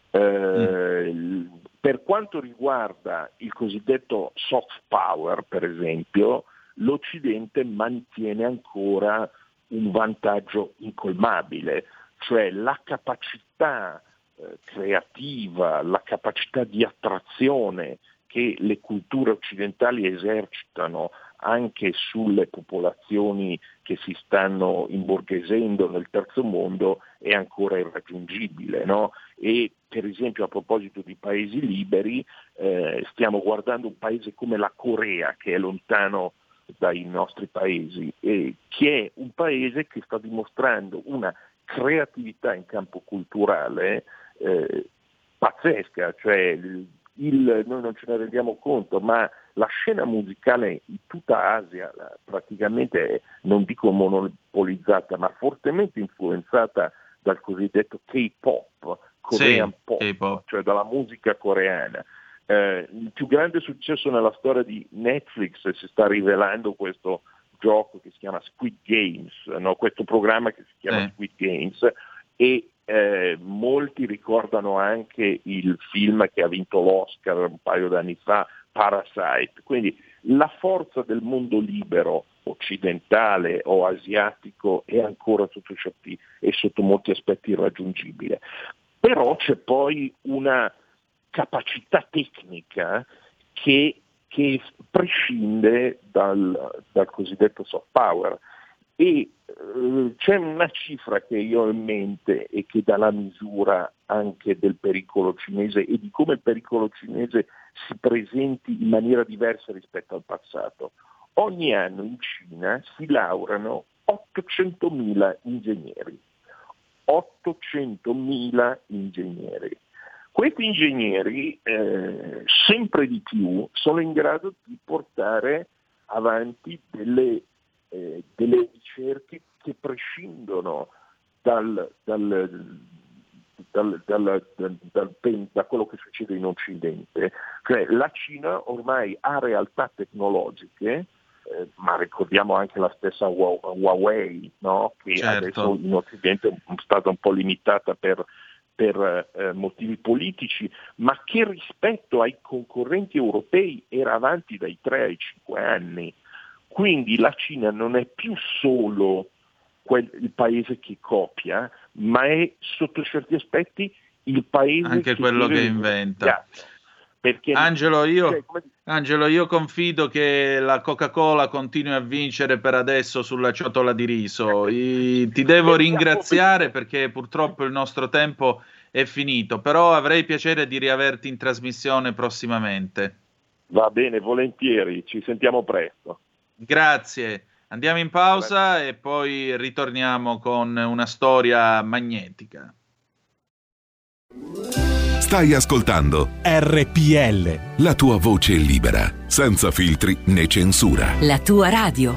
[SPEAKER 10] Per quanto riguarda il cosiddetto soft power, per esempio, l'Occidente mantiene ancora un vantaggio incolmabile, cioè la capacità creativa, la capacità di attrazione che le culture occidentali esercitano anche sulle popolazioni che si stanno imborghesendo nel terzo mondo è ancora irraggiungibile, no? E per esempio, a proposito di paesi liberi, stiamo guardando un paese come la Corea, che è lontano dai nostri paesi, e che è un paese che sta dimostrando una creatività in campo culturale pazzesca, cioè noi non ce ne rendiamo conto, ma la scena musicale in tutta Asia praticamente, non dico monopolizzata, ma fortemente influenzata dal cosiddetto K-pop, Korean pop, K-pop, cioè dalla musica coreana. Il più grande successo nella storia di Netflix si sta rivelando questo gioco che si chiama Squid Games, no? Questo programma che si chiama Squid Games, e molti ricordano anche il film che ha vinto l'Oscar un paio d'anni fa, Parasite. Quindi la forza del mondo libero occidentale o asiatico è ancora sotto molti aspetti irraggiungibile. però c'è poi una capacità tecnica che prescinde dal cosiddetto soft power, e c'è una cifra che io ho in mente e che dà la misura anche del pericolo cinese e di come il pericolo cinese si presenti in maniera diversa rispetto al passato. Ogni anno in Cina si laureano 800.000 ingegneri. 800.000 ingegneri. Questi ingegneri sempre di più sono in grado di portare avanti delle ricerche che prescindono da quello che succede in Occidente. Cioè, la Cina ormai ha realtà tecnologiche, ma ricordiamo anche la stessa Huawei, no? Che adesso in Occidente è stata un po' limitata per motivi politici, ma che rispetto ai concorrenti europei era avanti dai 3 ai 5 anni. Quindi la Cina non è più solo il paese che copia, ma è sotto certi aspetti il paese
[SPEAKER 3] anche quello che inventa.
[SPEAKER 10] Perché
[SPEAKER 3] Angelo, io confido che la Coca-Cola continui a vincere per adesso sulla ciotola di riso. Ti devo ringraziare perché purtroppo il nostro tempo è finito, però avrei piacere di riaverti in trasmissione prossimamente.
[SPEAKER 10] Va bene, volentieri, ci sentiamo presto.
[SPEAKER 3] Grazie. Andiamo in pausa e poi ritorniamo con una storia magnetica.
[SPEAKER 8] Stai ascoltando
[SPEAKER 1] RPL,
[SPEAKER 8] la tua voce libera, senza filtri né censura.
[SPEAKER 6] La tua radio.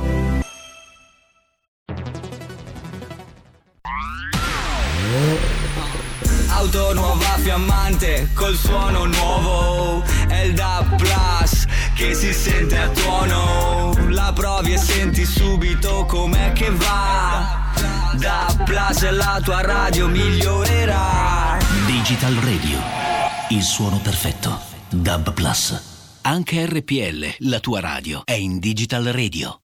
[SPEAKER 12] Auto nuova fiammante col suono nuovo, è il DAB Plus che si sente a tuono, la provi e senti subito com'è che va. DAB Plus è la tua radio migliorerà.
[SPEAKER 13] Digital Radio, il suono perfetto. DAB Plus. Anche RPL, la tua radio, è in Digital Radio.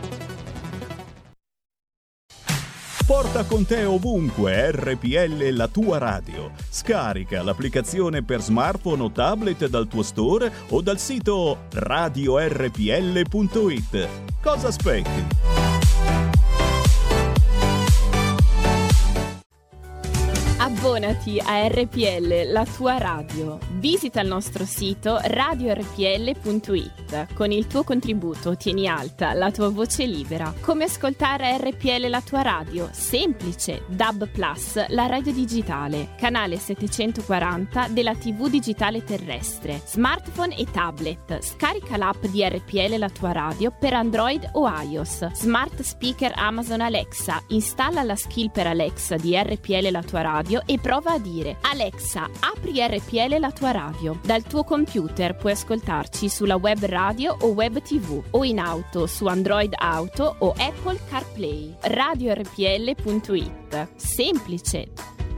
[SPEAKER 14] Porta con te ovunque RPL, la tua radio. Scarica l'applicazione per smartphone o tablet dal tuo store o dal sito radiorpl.it. Cosa aspetti?
[SPEAKER 15] Abbonati a RPL, la tua radio. Visita il nostro sito radiorpl.it. Con il tuo contributo tieni alta la tua voce libera. Come ascoltare RPL, la tua radio? Semplice. DAB Plus, la radio digitale. Canale 740 della TV digitale terrestre. Smartphone e tablet. Scarica l'app di RPL, la tua radio per Android o iOS. Smart speaker Amazon Alexa. Installa la skill per Alexa di RPL, la tua radio e prova a dire: Alexa, apri RPL, la tua radio. Dal tuo computer puoi ascoltarci sulla web radio o web TV o in auto su Android Auto o Apple CarPlay. radiorpl.it. Semplice.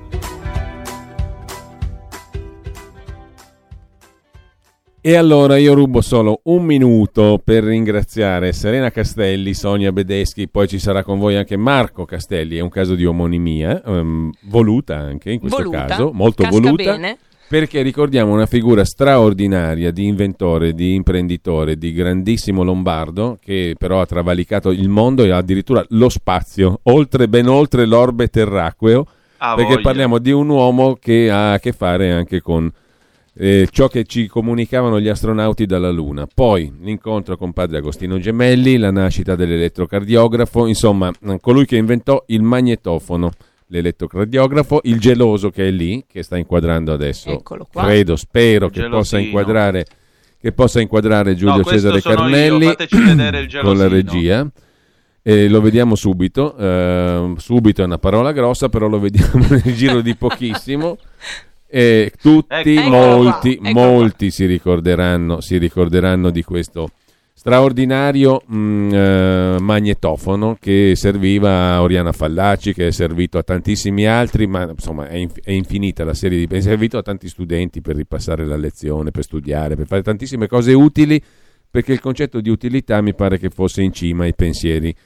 [SPEAKER 11] E allora io rubo solo un minuto per ringraziare Serena Castelli, Sonia Bedeschi, poi ci sarà con voi anche Marco Castelli, è un caso di omonimia, voluta anche in questo caso, molto voluta, bene. Perché ricordiamo una figura straordinaria di inventore, di imprenditore, di grandissimo lombardo, che però ha travalicato il mondo e addirittura lo spazio, ben oltre l'orbe terracqueo, perché parliamo di un uomo che ha a che fare anche con ciò che ci comunicavano gli astronauti dalla Luna, poi l'incontro con padre Agostino Gemelli, la nascita dell'elettrocardiografo, insomma colui che inventò il magnetofono, l'elettrocardiografo, il geloso che è lì, che sta inquadrando adesso, spero che possa inquadrare Giulio Cesare Carnelli con la regia. Lo vediamo subito è una parola grossa, però lo vediamo nel giro di pochissimo. E molti si ricorderanno di questo straordinario magnetofono che serviva a Oriana Fallaci, che è servito a tantissimi altri, ma insomma è infinita la serie è servito a tanti studenti per ripassare la lezione, per studiare, per fare tantissime cose utili, perché il concetto di utilità mi pare che fosse in cima ai pensieri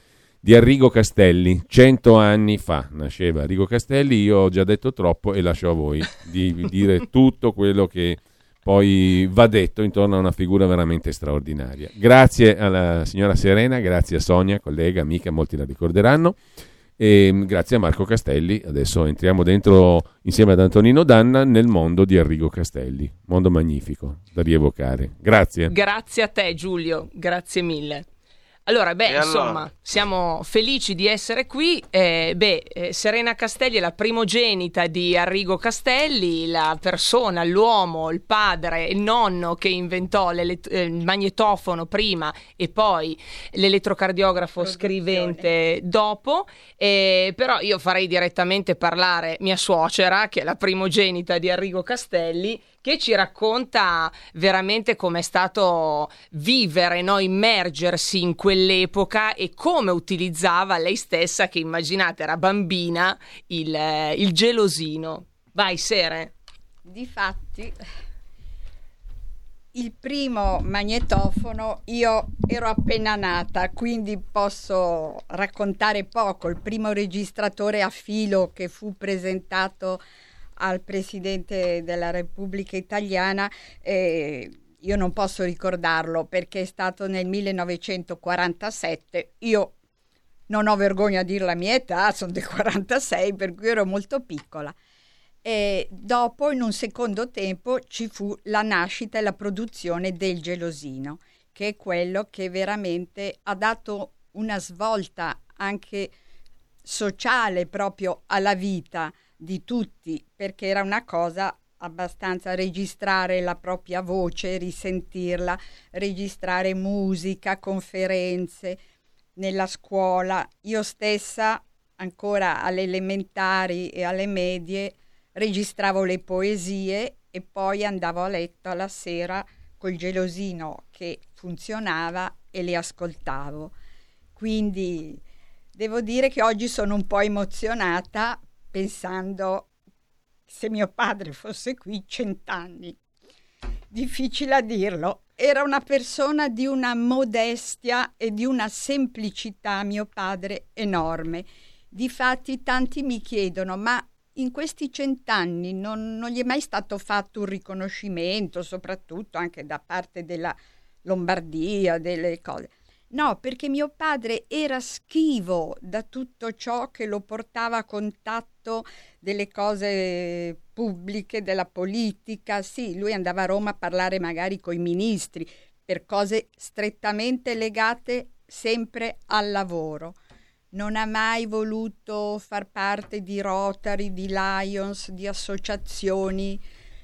[SPEAKER 11] di Arrigo Castelli. 100 anni fa nasceva Arrigo Castelli. Io ho già detto troppo e lascio a voi di dire tutto quello che poi va detto intorno a una figura veramente straordinaria. Grazie alla signora Serena, grazie a Sonia, collega, amica, molti la ricorderanno, e grazie a Marco Castelli. Adesso entriamo dentro insieme ad Antonino Danna nel mondo di Arrigo Castelli, mondo magnifico da rievocare. Grazie.
[SPEAKER 16] Grazie a te Giulio, grazie mille. Allora, insomma, siamo felici di essere qui. Serena Castelli è la primogenita di Arrigo Castelli, la persona, l'uomo, il padre, il nonno che inventò il magnetofono prima e poi l'elettrocardiografo scrivente dopo. Però io farei direttamente parlare mia suocera, che è la primogenita di Arrigo Castelli, che ci racconta veramente com'è stato vivere, no? Immergersi in quell'epoca e come utilizzava lei stessa, che immaginate era bambina, il gelosino. Vai Sere.
[SPEAKER 17] Difatti, il primo magnetofono, io ero appena nata, quindi posso raccontare poco. Il primo registratore a filo che fu presentato al Presidente della Repubblica Italiana, io non posso ricordarlo perché è stato nel 1947. Io non ho vergogna a dire la mia età, sono del 46, per cui ero molto piccola. E dopo, in un secondo tempo, ci fu la nascita e la produzione del gelosino, che è quello che veramente ha dato una svolta anche sociale proprio alla vita di tutti, perché era una cosa abbastanza registrare la propria voce, risentirla, registrare musica, conferenze nella scuola. Io stessa ancora alle elementari e alle medie registravo le poesie e poi andavo a letto alla sera col gelosino che funzionava e le ascoltavo. Quindi devo dire che oggi sono un po' emozionata pensando se mio padre fosse qui 100 anni. Difficile a dirlo. Era una persona di una modestia e di una semplicità, mio padre, enorme. Difatti tanti mi chiedono, ma in questi 100 anni non gli è mai stato fatto un riconoscimento, soprattutto anche da parte della Lombardia, delle cose? No, perché mio padre era schivo da tutto ciò che lo portava a contatto delle cose pubbliche, della politica. Sì, lui andava a Roma a parlare magari coi ministri per cose strettamente legate sempre al lavoro. Non ha mai voluto far parte di Rotary, di Lions, di associazioni,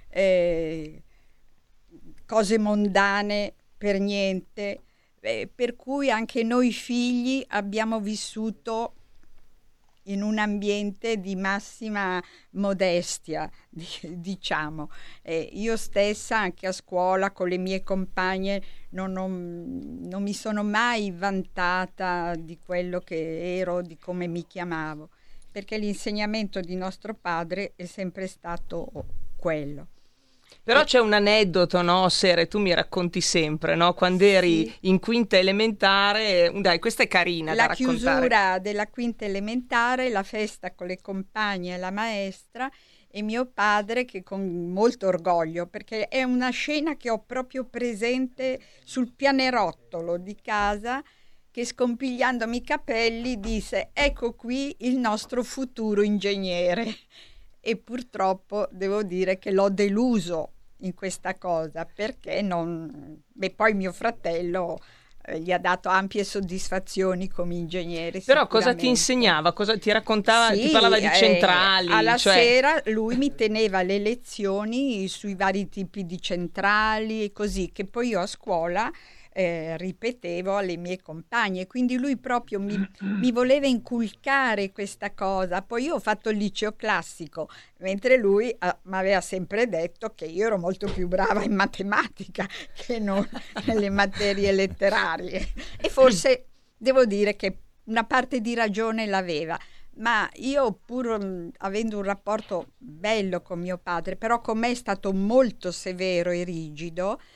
[SPEAKER 17] cose mondane per niente. Per cui anche noi figli abbiamo vissuto in un ambiente di massima modestia, diciamo. Io stessa anche a scuola con le mie compagne non mi sono mai vantata di quello che ero, di come mi chiamavo, perché l'insegnamento di nostro padre è sempre stato quello.
[SPEAKER 16] Però c'è un aneddoto, no, Sere, tu mi racconti sempre, no? Quando eri in quinta elementare, dai, questa è carina da raccontare.
[SPEAKER 17] La chiusura della quinta elementare, la festa con le compagne e la maestra e mio padre che con molto orgoglio, perché è una scena che ho proprio presente sul pianerottolo di casa, che scompigliandomi i capelli disse: ecco qui il nostro futuro ingegnere. E purtroppo devo dire che l'ho deluso in questa cosa, perché poi mio fratello gli ha dato ampie soddisfazioni come ingegnere.
[SPEAKER 16] Però cosa ti insegnava? Cosa ti raccontava? Ti parlava di centrali?
[SPEAKER 17] Alla sera lui mi teneva le lezioni sui vari tipi di centrali e così, che poi io a scuola ripetevo alle mie compagne, quindi lui proprio mi voleva inculcare questa cosa. Poi io ho fatto il liceo classico, mentre lui mi aveva sempre detto che io ero molto più brava in matematica che non nelle materie letterarie, e forse devo dire che una parte di ragione l'aveva. Ma io, pur avendo un rapporto bello con mio padre, però con me è stato molto severo e rigido.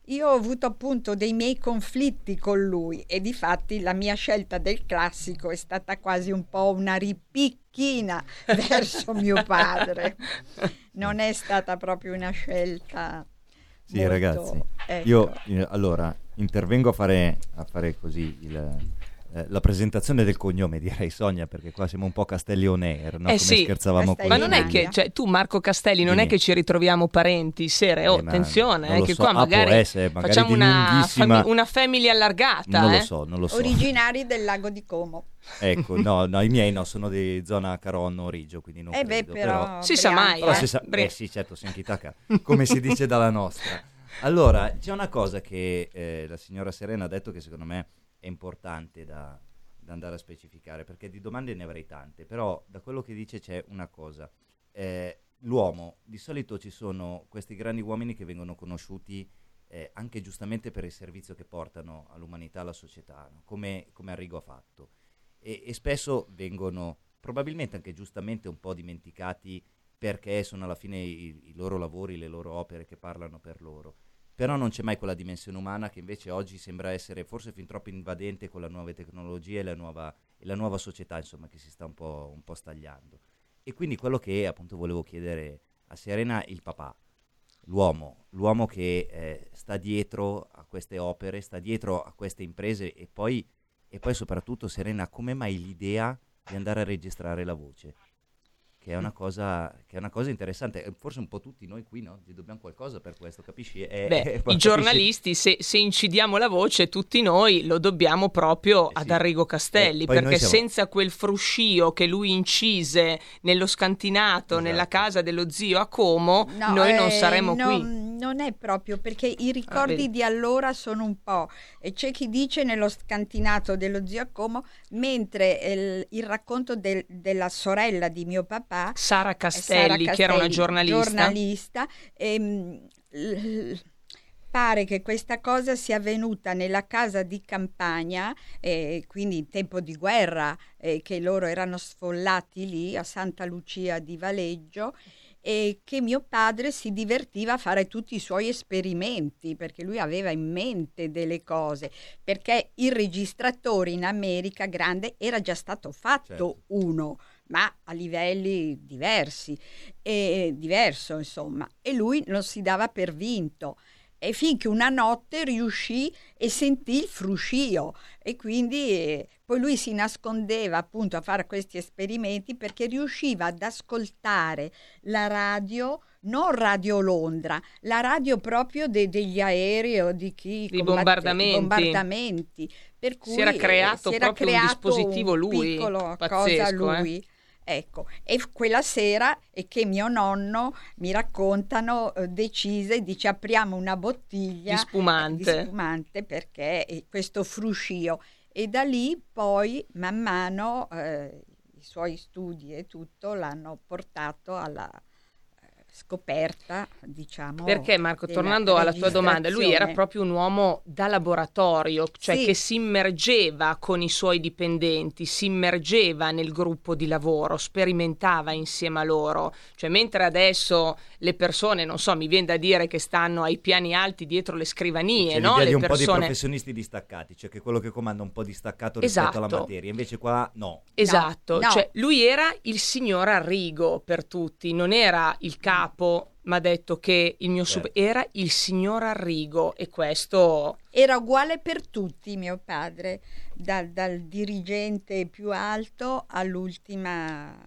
[SPEAKER 17] io ho avuto appunto dei miei conflitti con lui e difatti la mia scelta del classico è stata quasi un po' una ripicchina verso mio padre. Non è stata proprio una scelta.
[SPEAKER 18] Sì,
[SPEAKER 17] molto,
[SPEAKER 18] ragazzi,
[SPEAKER 17] ecco.
[SPEAKER 18] io allora intervengo a fare così la presentazione del cognome, direi, Sonia, perché qua siamo un po' Castelli on air, no? Come
[SPEAKER 16] sì,
[SPEAKER 18] scherzavamo con
[SPEAKER 16] ma non è che, cioè, tu Marco Castelli, non è che ci ritroviamo parenti, sere, attenzione, che qua magari facciamo una family allargata.
[SPEAKER 18] Non lo so.
[SPEAKER 17] Originari del lago di Como.
[SPEAKER 18] Ecco, no, i miei no, sono di zona Caronno, Riggio, quindi non credo,
[SPEAKER 17] però
[SPEAKER 16] si sa mai.
[SPEAKER 18] Sì, certo, Sinchitaca, come si dice dalla nostra. Allora, c'è una cosa che la signora Serena ha detto che secondo me è importante da andare a specificare, perché di domande ne avrei tante, però da quello che dice c'è una cosa. L'uomo, di solito ci sono questi grandi uomini che vengono conosciuti anche giustamente per il servizio che portano all'umanità, alla società, no? come Arrigo ha fatto, e spesso vengono probabilmente anche giustamente un po' dimenticati perché sono alla fine i loro lavori, le loro opere che parlano per loro. Però non c'è mai quella dimensione umana che invece oggi sembra essere forse fin troppo invadente con le nuove tecnologie e la nuova società, insomma, che si sta un po' stagliando. E quindi quello che appunto volevo chiedere a Serena, il papà, l'uomo che sta dietro a queste opere, sta dietro a queste imprese e poi soprattutto, Serena, come mai l'idea di andare a registrare la voce? Che è una cosa interessante, forse un po' tutti noi qui, no? Ci dobbiamo qualcosa per questo, capisci?
[SPEAKER 16] I giornalisti, se incidiamo la voce, tutti noi lo dobbiamo proprio ad Arrigo Castelli, perché senza quel fruscio che lui incise nello scantinato, nella casa dello zio a Como, noi non saremmo qui.
[SPEAKER 17] Non è proprio, perché i ricordi di allora sono un po', e c'è chi dice nello scantinato dello zio a Como, mentre il racconto della sorella di mio papà,
[SPEAKER 16] Sara Castelli, che era una giornalista,
[SPEAKER 17] pare che questa cosa sia avvenuta nella casa di campagna, quindi in tempo di guerra, che loro erano sfollati lì a Santa Lucia di Valeggio, e che mio padre si divertiva a fare tutti i suoi esperimenti, perché lui aveva in mente delle cose, perché il registratore in America grande era già stato fatto, uno, ma a livelli diverso, insomma, e lui non si dava per vinto. E finché una notte riuscì e sentì il fruscio, e quindi poi lui si nascondeva appunto a fare questi esperimenti, perché riusciva ad ascoltare la radio, non Radio Londra, la radio proprio degli aerei o di chi
[SPEAKER 16] di bombardamenti,
[SPEAKER 17] per cui
[SPEAKER 16] si era creato proprio un dispositivo lui,
[SPEAKER 17] piccolo
[SPEAKER 16] pazzesco,
[SPEAKER 17] cosa lui. Ecco, e quella sera è che mio nonno, mi raccontano, dice apriamo una bottiglia
[SPEAKER 16] di spumante
[SPEAKER 17] perché questo fruscio, e da lì poi man mano i suoi studi e tutto l'hanno portato alla scoperta, diciamo.
[SPEAKER 16] Perché, Marco, tornando alla tua domanda, lui era proprio un uomo da laboratorio, cioè che si immergeva con i suoi dipendenti, si immergeva nel gruppo di lavoro, sperimentava insieme a loro, cioè mentre adesso le persone, non so, mi viene da dire che stanno ai piani alti dietro le scrivanie,
[SPEAKER 18] c'è
[SPEAKER 16] no?
[SPEAKER 18] L'idea di un po' di professionisti distaccati, cioè che quello che comanda un po' distaccato rispetto alla materia, invece qua no.
[SPEAKER 16] Esatto, cioè lui era il signor Arrigo per tutti, non era il capo, ma ha detto che il mio era il signor Arrigo, e questo
[SPEAKER 17] era uguale per tutti, mio padre, dal dirigente più alto all'ultima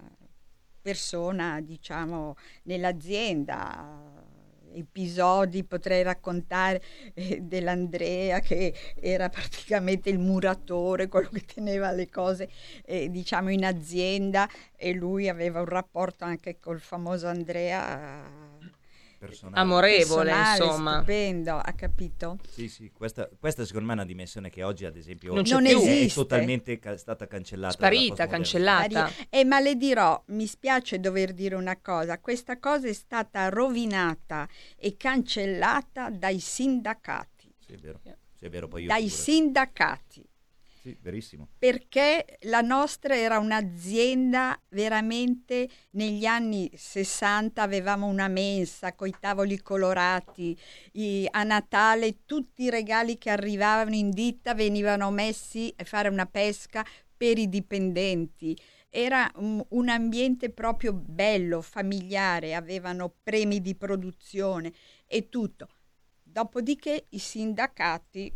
[SPEAKER 17] persona, diciamo, nell'azienda. Episodi potrei raccontare dell'Andrea, che era praticamente il muratore, quello che teneva le cose diciamo in azienda, e lui aveva un rapporto anche col famoso Andrea
[SPEAKER 16] amorevole, insomma,
[SPEAKER 17] stupendo, ha capito?
[SPEAKER 18] Sì, questa secondo me è una dimensione che oggi ad esempio
[SPEAKER 17] non esiste,
[SPEAKER 18] è totalmente stata cancellata,
[SPEAKER 16] sparita, cancellata.
[SPEAKER 17] Ma le dirò, mi spiace dover dire una cosa, questa cosa è stata rovinata e cancellata dai sindacati.
[SPEAKER 18] Sì, è vero, poi io
[SPEAKER 17] dai sindacati.
[SPEAKER 18] Sì, verissimo.
[SPEAKER 17] Perché la nostra era un'azienda veramente, negli anni 60 avevamo una mensa con i tavoli colorati, a Natale tutti i regali che arrivavano in ditta venivano messi a fare una pesca per i dipendenti. Era un ambiente proprio bello, familiare, avevano premi di produzione e tutto. Dopodiché i sindacati,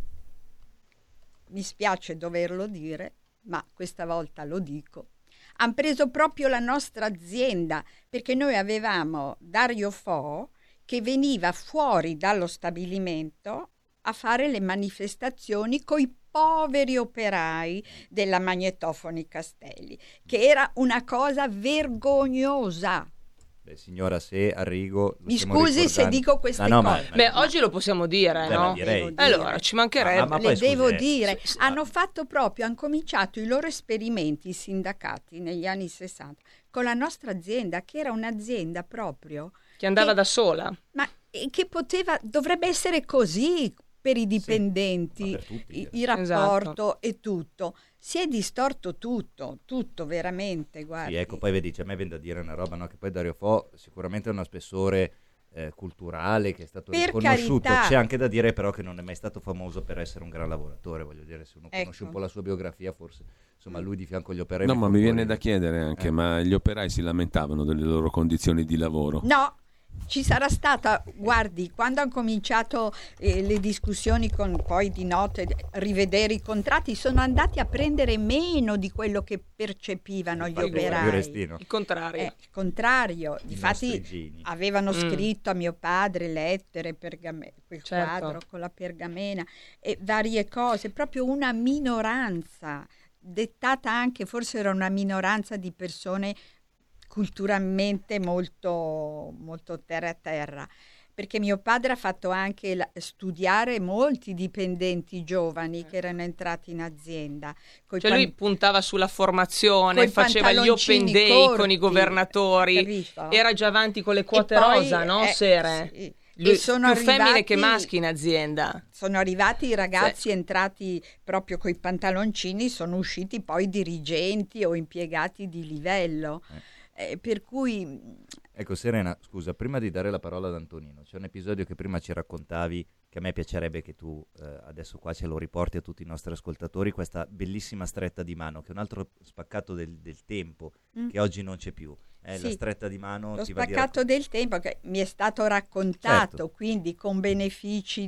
[SPEAKER 17] mi spiace doverlo dire, ma questa volta lo dico, hanno preso proprio la nostra azienda, perché noi avevamo Dario Fo che veniva fuori dallo stabilimento a fare le manifestazioni coi poveri operai della Magnetofoni Castelli, che era una cosa vergognosa.
[SPEAKER 18] Beh, signora, se Arrigo...
[SPEAKER 17] Mi scusi se dico queste cose.
[SPEAKER 16] Beh, oggi lo possiamo dire, no?
[SPEAKER 18] direi.
[SPEAKER 16] Allora, ci mancherebbe.
[SPEAKER 18] Ma
[SPEAKER 17] Le
[SPEAKER 18] poi,
[SPEAKER 17] devo
[SPEAKER 18] scusi,
[SPEAKER 17] dire, hanno cominciato i loro esperimenti, i sindacati, negli anni 60, con la nostra azienda, che era un'azienda proprio...
[SPEAKER 16] Che andava da sola.
[SPEAKER 17] Ma che dovrebbe essere così per i dipendenti,
[SPEAKER 18] per tutti,
[SPEAKER 17] il rapporto e tutto. Si è distorto tutto veramente, guardi.
[SPEAKER 18] Sì, ecco, poi vedi, a me viene da dire una roba, no? Che poi Dario Fo sicuramente ha uno spessore culturale che è stato riconosciuto.
[SPEAKER 17] Carità.
[SPEAKER 18] C'è anche da dire però che non è mai stato famoso per essere un gran lavoratore, voglio dire, se uno conosce un po' la sua biografia, forse, insomma, lui di fianco agli operai...
[SPEAKER 11] No, ma mi viene da chiedere anche, ma gli operai si lamentavano delle loro condizioni di lavoro?
[SPEAKER 17] No, ci sarà stata, guardi, quando hanno cominciato le discussioni poi di notte, rivedere i contratti, sono andati a prendere meno di quello che percepivano gli operai.
[SPEAKER 16] Il contrario.
[SPEAKER 17] Il contrario, difatti avevano scritto a mio padre lettere, quel quadro con la pergamena e varie cose, proprio una minoranza, dettata anche, forse era una minoranza di persone culturalmente molto, molto terra a terra, perché mio padre ha fatto anche studiare molti dipendenti giovani che erano entrati in azienda.
[SPEAKER 16] Lui puntava sulla formazione, faceva gli open day con i governatori,
[SPEAKER 17] capito?
[SPEAKER 16] Era già avanti con le quote
[SPEAKER 17] poi,
[SPEAKER 16] rosa, no, Sere?
[SPEAKER 17] Sì.
[SPEAKER 16] Lui,
[SPEAKER 17] sono
[SPEAKER 16] più femmine che maschi in azienda.
[SPEAKER 17] Sono arrivati i ragazzi entrati proprio coi pantaloncini, sono usciti poi dirigenti o impiegati di livello. Per cui...
[SPEAKER 18] Ecco, Serena, scusa, prima di dare la parola ad Antonino, c'è un episodio che prima ci raccontavi, che a me piacerebbe che tu adesso qua ce lo riporti a tutti i nostri ascoltatori, questa bellissima stretta di mano, che è un altro spaccato del tempo, che oggi non c'è più.
[SPEAKER 17] Sì,
[SPEAKER 18] la stretta di mano...
[SPEAKER 17] Lo
[SPEAKER 18] ti va
[SPEAKER 17] spaccato del tempo che mi è stato raccontato,
[SPEAKER 18] certo.
[SPEAKER 17] Quindi con benefici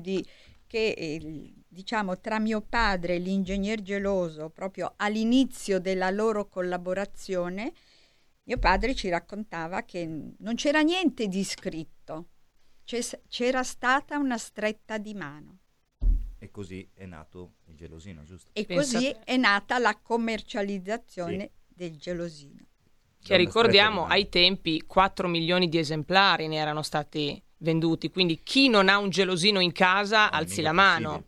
[SPEAKER 17] che diciamo tra mio padre e l'ingegner Geloso, proprio all'inizio della loro collaborazione, mio padre ci raccontava che non c'era niente di scritto, c'era stata una stretta di mano.
[SPEAKER 18] E così è nato il gelosino, giusto?
[SPEAKER 17] E così è nata la commercializzazione del gelosino.
[SPEAKER 16] Che ricordiamo, ai tempi 4 milioni di esemplari ne erano stati venduti, quindi chi non ha un gelosino in casa alzi la mano.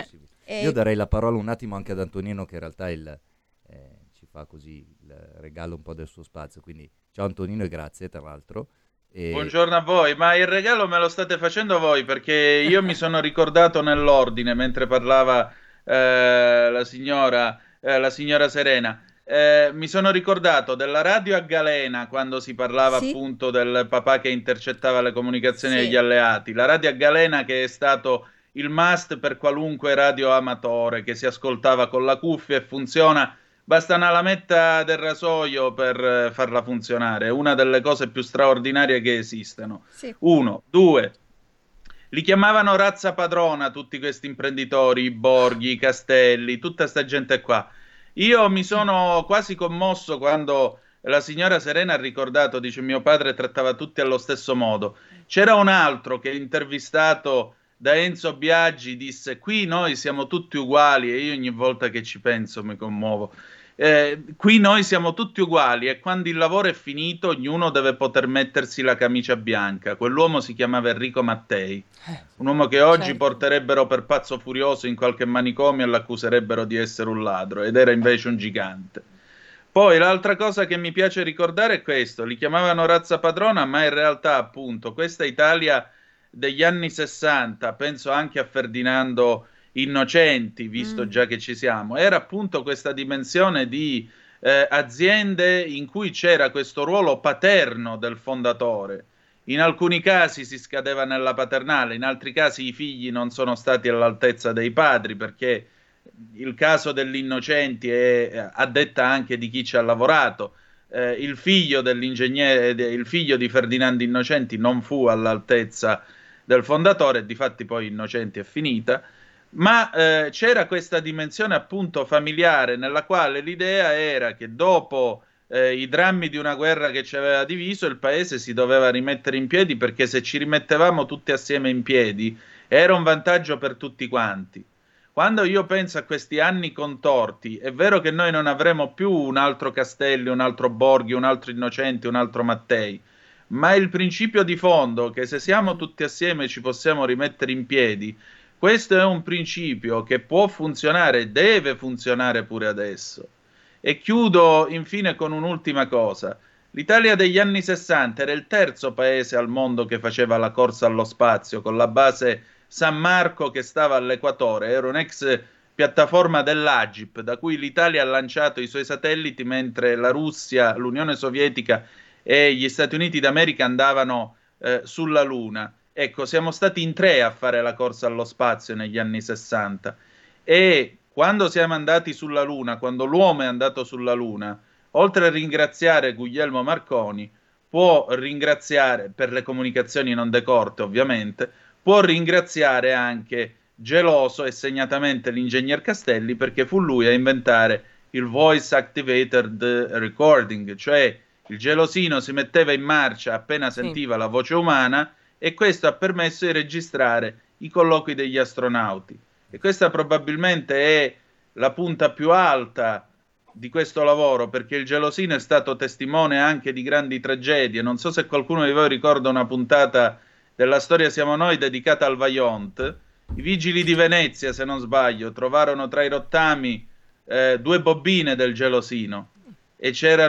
[SPEAKER 18] Io darei la parola un attimo anche ad Antonino, che in realtà ci fa così il regalo un po' del suo spazio, quindi ciao Antonino e grazie tra l'altro.
[SPEAKER 3] Buongiorno a voi, ma il regalo me lo state facendo voi, perché io mi sono ricordato nell'ordine mentre parlava la signora Serena. Mi sono ricordato della radio a galena quando si parlava appunto del papà che intercettava le comunicazioni degli alleati, la radio a galena che è stato il must per qualunque radio amatore che si ascoltava con la cuffia e funziona, basta una lametta del rasoio per farla funzionare, è una delle cose più straordinarie che esistano. 1, 2, li chiamavano razza padrona tutti questi imprenditori, i Borghi, i Castelli, tutta sta gente qua. Io mi sono quasi commosso quando la signora Serena ha ricordato, dice mio padre trattava tutti allo stesso modo. C'era un altro che intervistato da Enzo Biaggi disse qui noi siamo tutti uguali, e io ogni volta che ci penso mi commuovo. Qui noi siamo tutti uguali e quando il lavoro è finito ognuno deve poter mettersi la camicia bianca. Quell'uomo si chiamava Enrico Mattei, un uomo che oggi porterebbero per pazzo furioso in qualche manicomio e l'accuserebbero di essere un ladro, ed era invece un gigante. Poi l'altra cosa che mi piace ricordare è questo, li chiamavano razza padrona, ma in realtà appunto questa Italia degli anni 60, penso anche a Ferdinando Innocenti, visto già che ci siamo, era appunto questa dimensione di aziende in cui c'era questo ruolo paterno del fondatore. In alcuni casi si scadeva nella paternale, in altri casi i figli non sono stati all'altezza dei padri, perché il caso dell'Innocenti è a detta anche di chi ci ha lavorato. Il figlio dell'ingegnere, il figlio di Ferdinando Innocenti non fu all'altezza del fondatore, difatti poi Innocenti è finita. Ma c'era questa dimensione appunto familiare, nella quale l'idea era che dopo i drammi di una guerra che ci aveva diviso, il paese si doveva rimettere in piedi, perché se ci rimettevamo tutti assieme in piedi era un vantaggio per tutti quanti. Quando io penso a questi anni contorti, è vero che noi non avremo più un altro Castelli, un altro Borghi, un altro Innocenti, un altro Mattei, ma il principio di fondo, che se siamo tutti assieme ci possiamo rimettere in piedi, questo è un principio che può funzionare, deve funzionare pure adesso. E chiudo infine con un'ultima cosa. L'Italia degli anni 60 era il terzo paese al mondo che faceva la corsa allo spazio, con la base San Marco che stava all'equatore. Era un'ex piattaforma dell'Agip, da cui l'Italia ha lanciato i suoi satelliti, mentre la Russia, l'Unione Sovietica e gli Stati Uniti d'America andavano sulla Luna. Ecco, siamo stati in 3 a fare la corsa allo spazio negli anni 60, e quando siamo andati sulla Luna, quando l'uomo è andato sulla Luna, oltre a ringraziare Guglielmo Marconi, può ringraziare, per le comunicazioni non decorte ovviamente, può ringraziare anche Geloso e segnatamente l'ingegner Castelli, perché fu lui a inventare il voice activated recording, cioè il gelosino si metteva in marcia appena sentiva la voce umana, e questo ha permesso di registrare i colloqui degli astronauti. E questa probabilmente è la punta più alta di questo lavoro, perché il gelosino è stato testimone anche di grandi tragedie. Non so se qualcuno di voi ricorda una puntata della Storia Siamo Noi dedicata al Vajont. I vigili di Venezia, se non sbaglio, trovarono tra i rottami 2 bobine del gelosino, e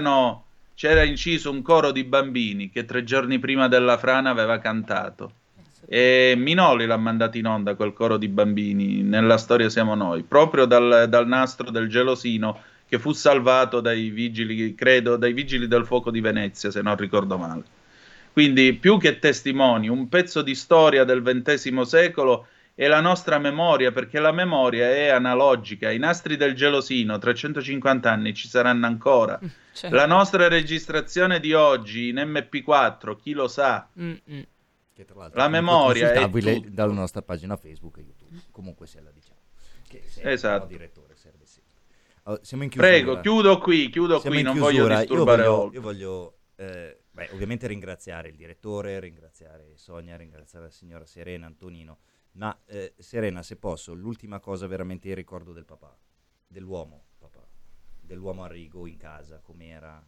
[SPEAKER 3] c'era inciso un coro di bambini che 3 giorni prima della frana aveva cantato, e Minoli l'ha mandato in onda quel coro di bambini nella Storia Siamo Noi, proprio dal nastro del gelosino, che fu salvato dai vigili, credo, dai vigili del fuoco di Venezia, se non ricordo male. Quindi più che testimoni, un pezzo di storia del XX secolo è la nostra memoria, perché la memoria è analogica. I nastri del gelosino tra 150 anni ci saranno ancora. Certo. La nostra registrazione di oggi in MP4, chi lo sa?
[SPEAKER 18] Che tra l'altro
[SPEAKER 3] la memoria è
[SPEAKER 18] consultabile dalla nostra pagina Facebook e YouTube. Comunque se la diciamo. Che
[SPEAKER 3] esatto.
[SPEAKER 18] Direttore serve sempre. Allora, siamo in chiusura.
[SPEAKER 3] Prego, chiudo qui, non voglio disturbare oltre.
[SPEAKER 18] Io voglio ovviamente ringraziare il direttore, ringraziare Sonia, ringraziare la signora Serena, Antonino. Ma Serena, se posso, l'ultima cosa veramente il ricordo del papà, dell'uomo Arrigo in casa, com'era?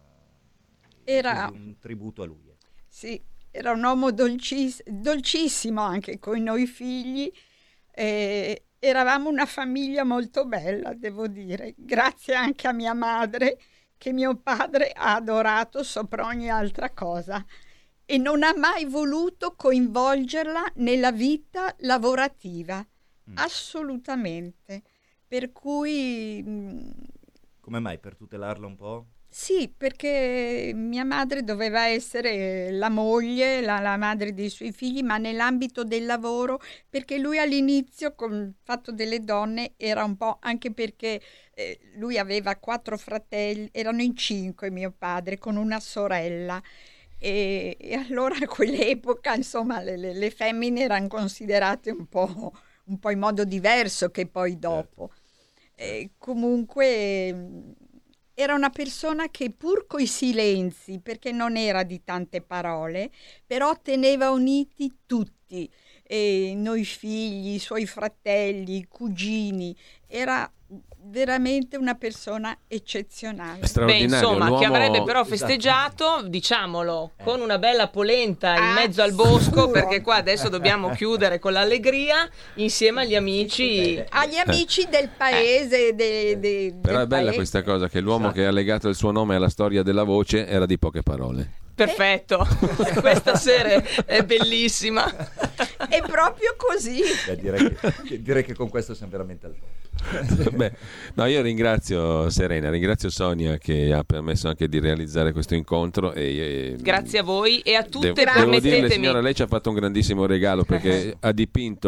[SPEAKER 17] Era
[SPEAKER 18] un tributo a lui.
[SPEAKER 17] Sì, era un uomo dolcissimo anche con noi figli. Eravamo una famiglia molto bella, devo dire, grazie anche a mia madre, che mio padre ha adorato sopra ogni altra cosa. E non ha mai voluto coinvolgerla nella vita lavorativa, assolutamente. Per cui...
[SPEAKER 18] Come mai? Per tutelarla un po'?
[SPEAKER 17] Sì, perché mia madre doveva essere la moglie, la madre dei suoi figli, ma nell'ambito del lavoro, perché lui all'inizio, con il fatto delle donne, era un po' anche perché lui aveva 4 fratelli, erano in 5 mio padre, con una sorella. E allora a quell'epoca, insomma, le femmine erano considerate un po' in modo diverso che poi dopo. Comunque era una persona che, pur coi silenzi, perché non era di tante parole, però teneva uniti tutti, noi figli, i suoi fratelli, i cugini. Era veramente una persona eccezionale.
[SPEAKER 16] Insomma, che avrebbe però festeggiato, diciamolo, con una bella polenta in mezzo al bosco, perché qua adesso dobbiamo chiudere con l'allegria, insieme agli amici
[SPEAKER 17] del paese.
[SPEAKER 11] Però è bella questa cosa, che l'uomo che ha legato il suo nome alla storia della voce era di poche parole.
[SPEAKER 16] Perfetto, questa sera è bellissima.
[SPEAKER 17] È proprio così.
[SPEAKER 18] Direi che con questo siamo veramente al fondo.
[SPEAKER 11] Beh, no, io ringrazio Serena, ringrazio Sonia che ha permesso anche di realizzare questo incontro e
[SPEAKER 16] grazie a voi e a tutte.
[SPEAKER 11] Devo dirle, signora, lei ci ha fatto un grandissimo regalo perché ha dipinto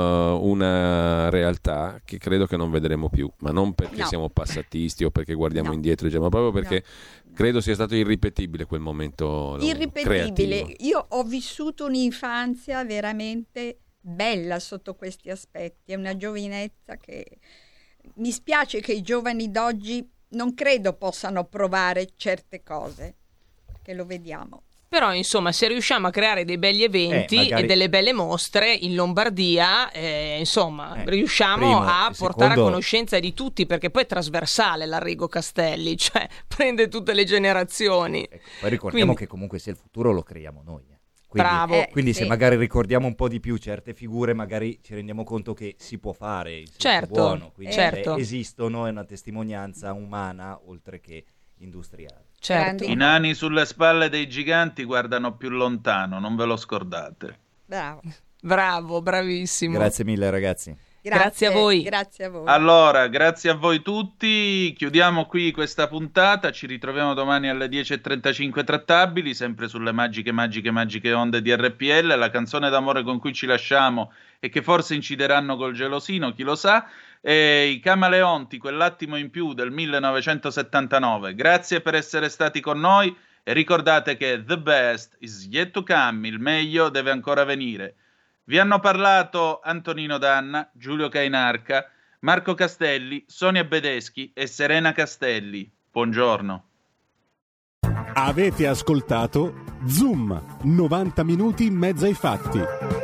[SPEAKER 11] una realtà che credo che non vedremo più, ma non perché siamo passatisti o perché guardiamo indietro, ma proprio perché credo sia stato irripetibile quel momento
[SPEAKER 17] irripetibile.
[SPEAKER 11] creativo.
[SPEAKER 17] Io ho vissuto un'infanzia veramente bella sotto questi aspetti, è una giovinezza che mi spiace che i giovani d'oggi non credo possano provare certe cose, perché lo vediamo.
[SPEAKER 16] Però insomma, se riusciamo a creare dei belli eventi e delle belle mostre in Lombardia, riusciamo a portare a conoscenza di tutti, perché poi è trasversale l'Arrigo Castelli, cioè prende tutte le generazioni.
[SPEAKER 18] Poi ricordiamo che comunque se il futuro lo creiamo noi. Quindi,
[SPEAKER 16] bravo.
[SPEAKER 18] Quindi se magari ricordiamo un po' di più certe figure, magari ci rendiamo conto che si può fare in senso buono. Quindi esistono, è una testimonianza umana oltre che industriale.
[SPEAKER 16] Certo.
[SPEAKER 3] I nani sulle spalle dei giganti guardano più lontano, non ve lo scordate.
[SPEAKER 16] Bravo, bravissimo.
[SPEAKER 18] Grazie mille ragazzi.
[SPEAKER 16] Grazie a voi.
[SPEAKER 17] Grazie a voi.
[SPEAKER 3] Allora, grazie a voi tutti. Chiudiamo qui questa puntata. Ci ritroviamo domani alle 10:35 trattabili, sempre sulle magiche onde di RPL. La canzone d'amore con cui ci lasciamo e che forse incideranno col gelosino, chi lo sa. E i Camaleonti, quell'attimo in più del 1979. Grazie per essere stati con noi e ricordate che the best is yet to come, il meglio deve ancora venire. Vi hanno parlato Antonino Danna, Giulio Cainarca, Marco Castelli, Sonia Bedeschi e Serena Castelli. Buongiorno.
[SPEAKER 1] Avete ascoltato Zoom, 90 minuti in mezzo ai fatti.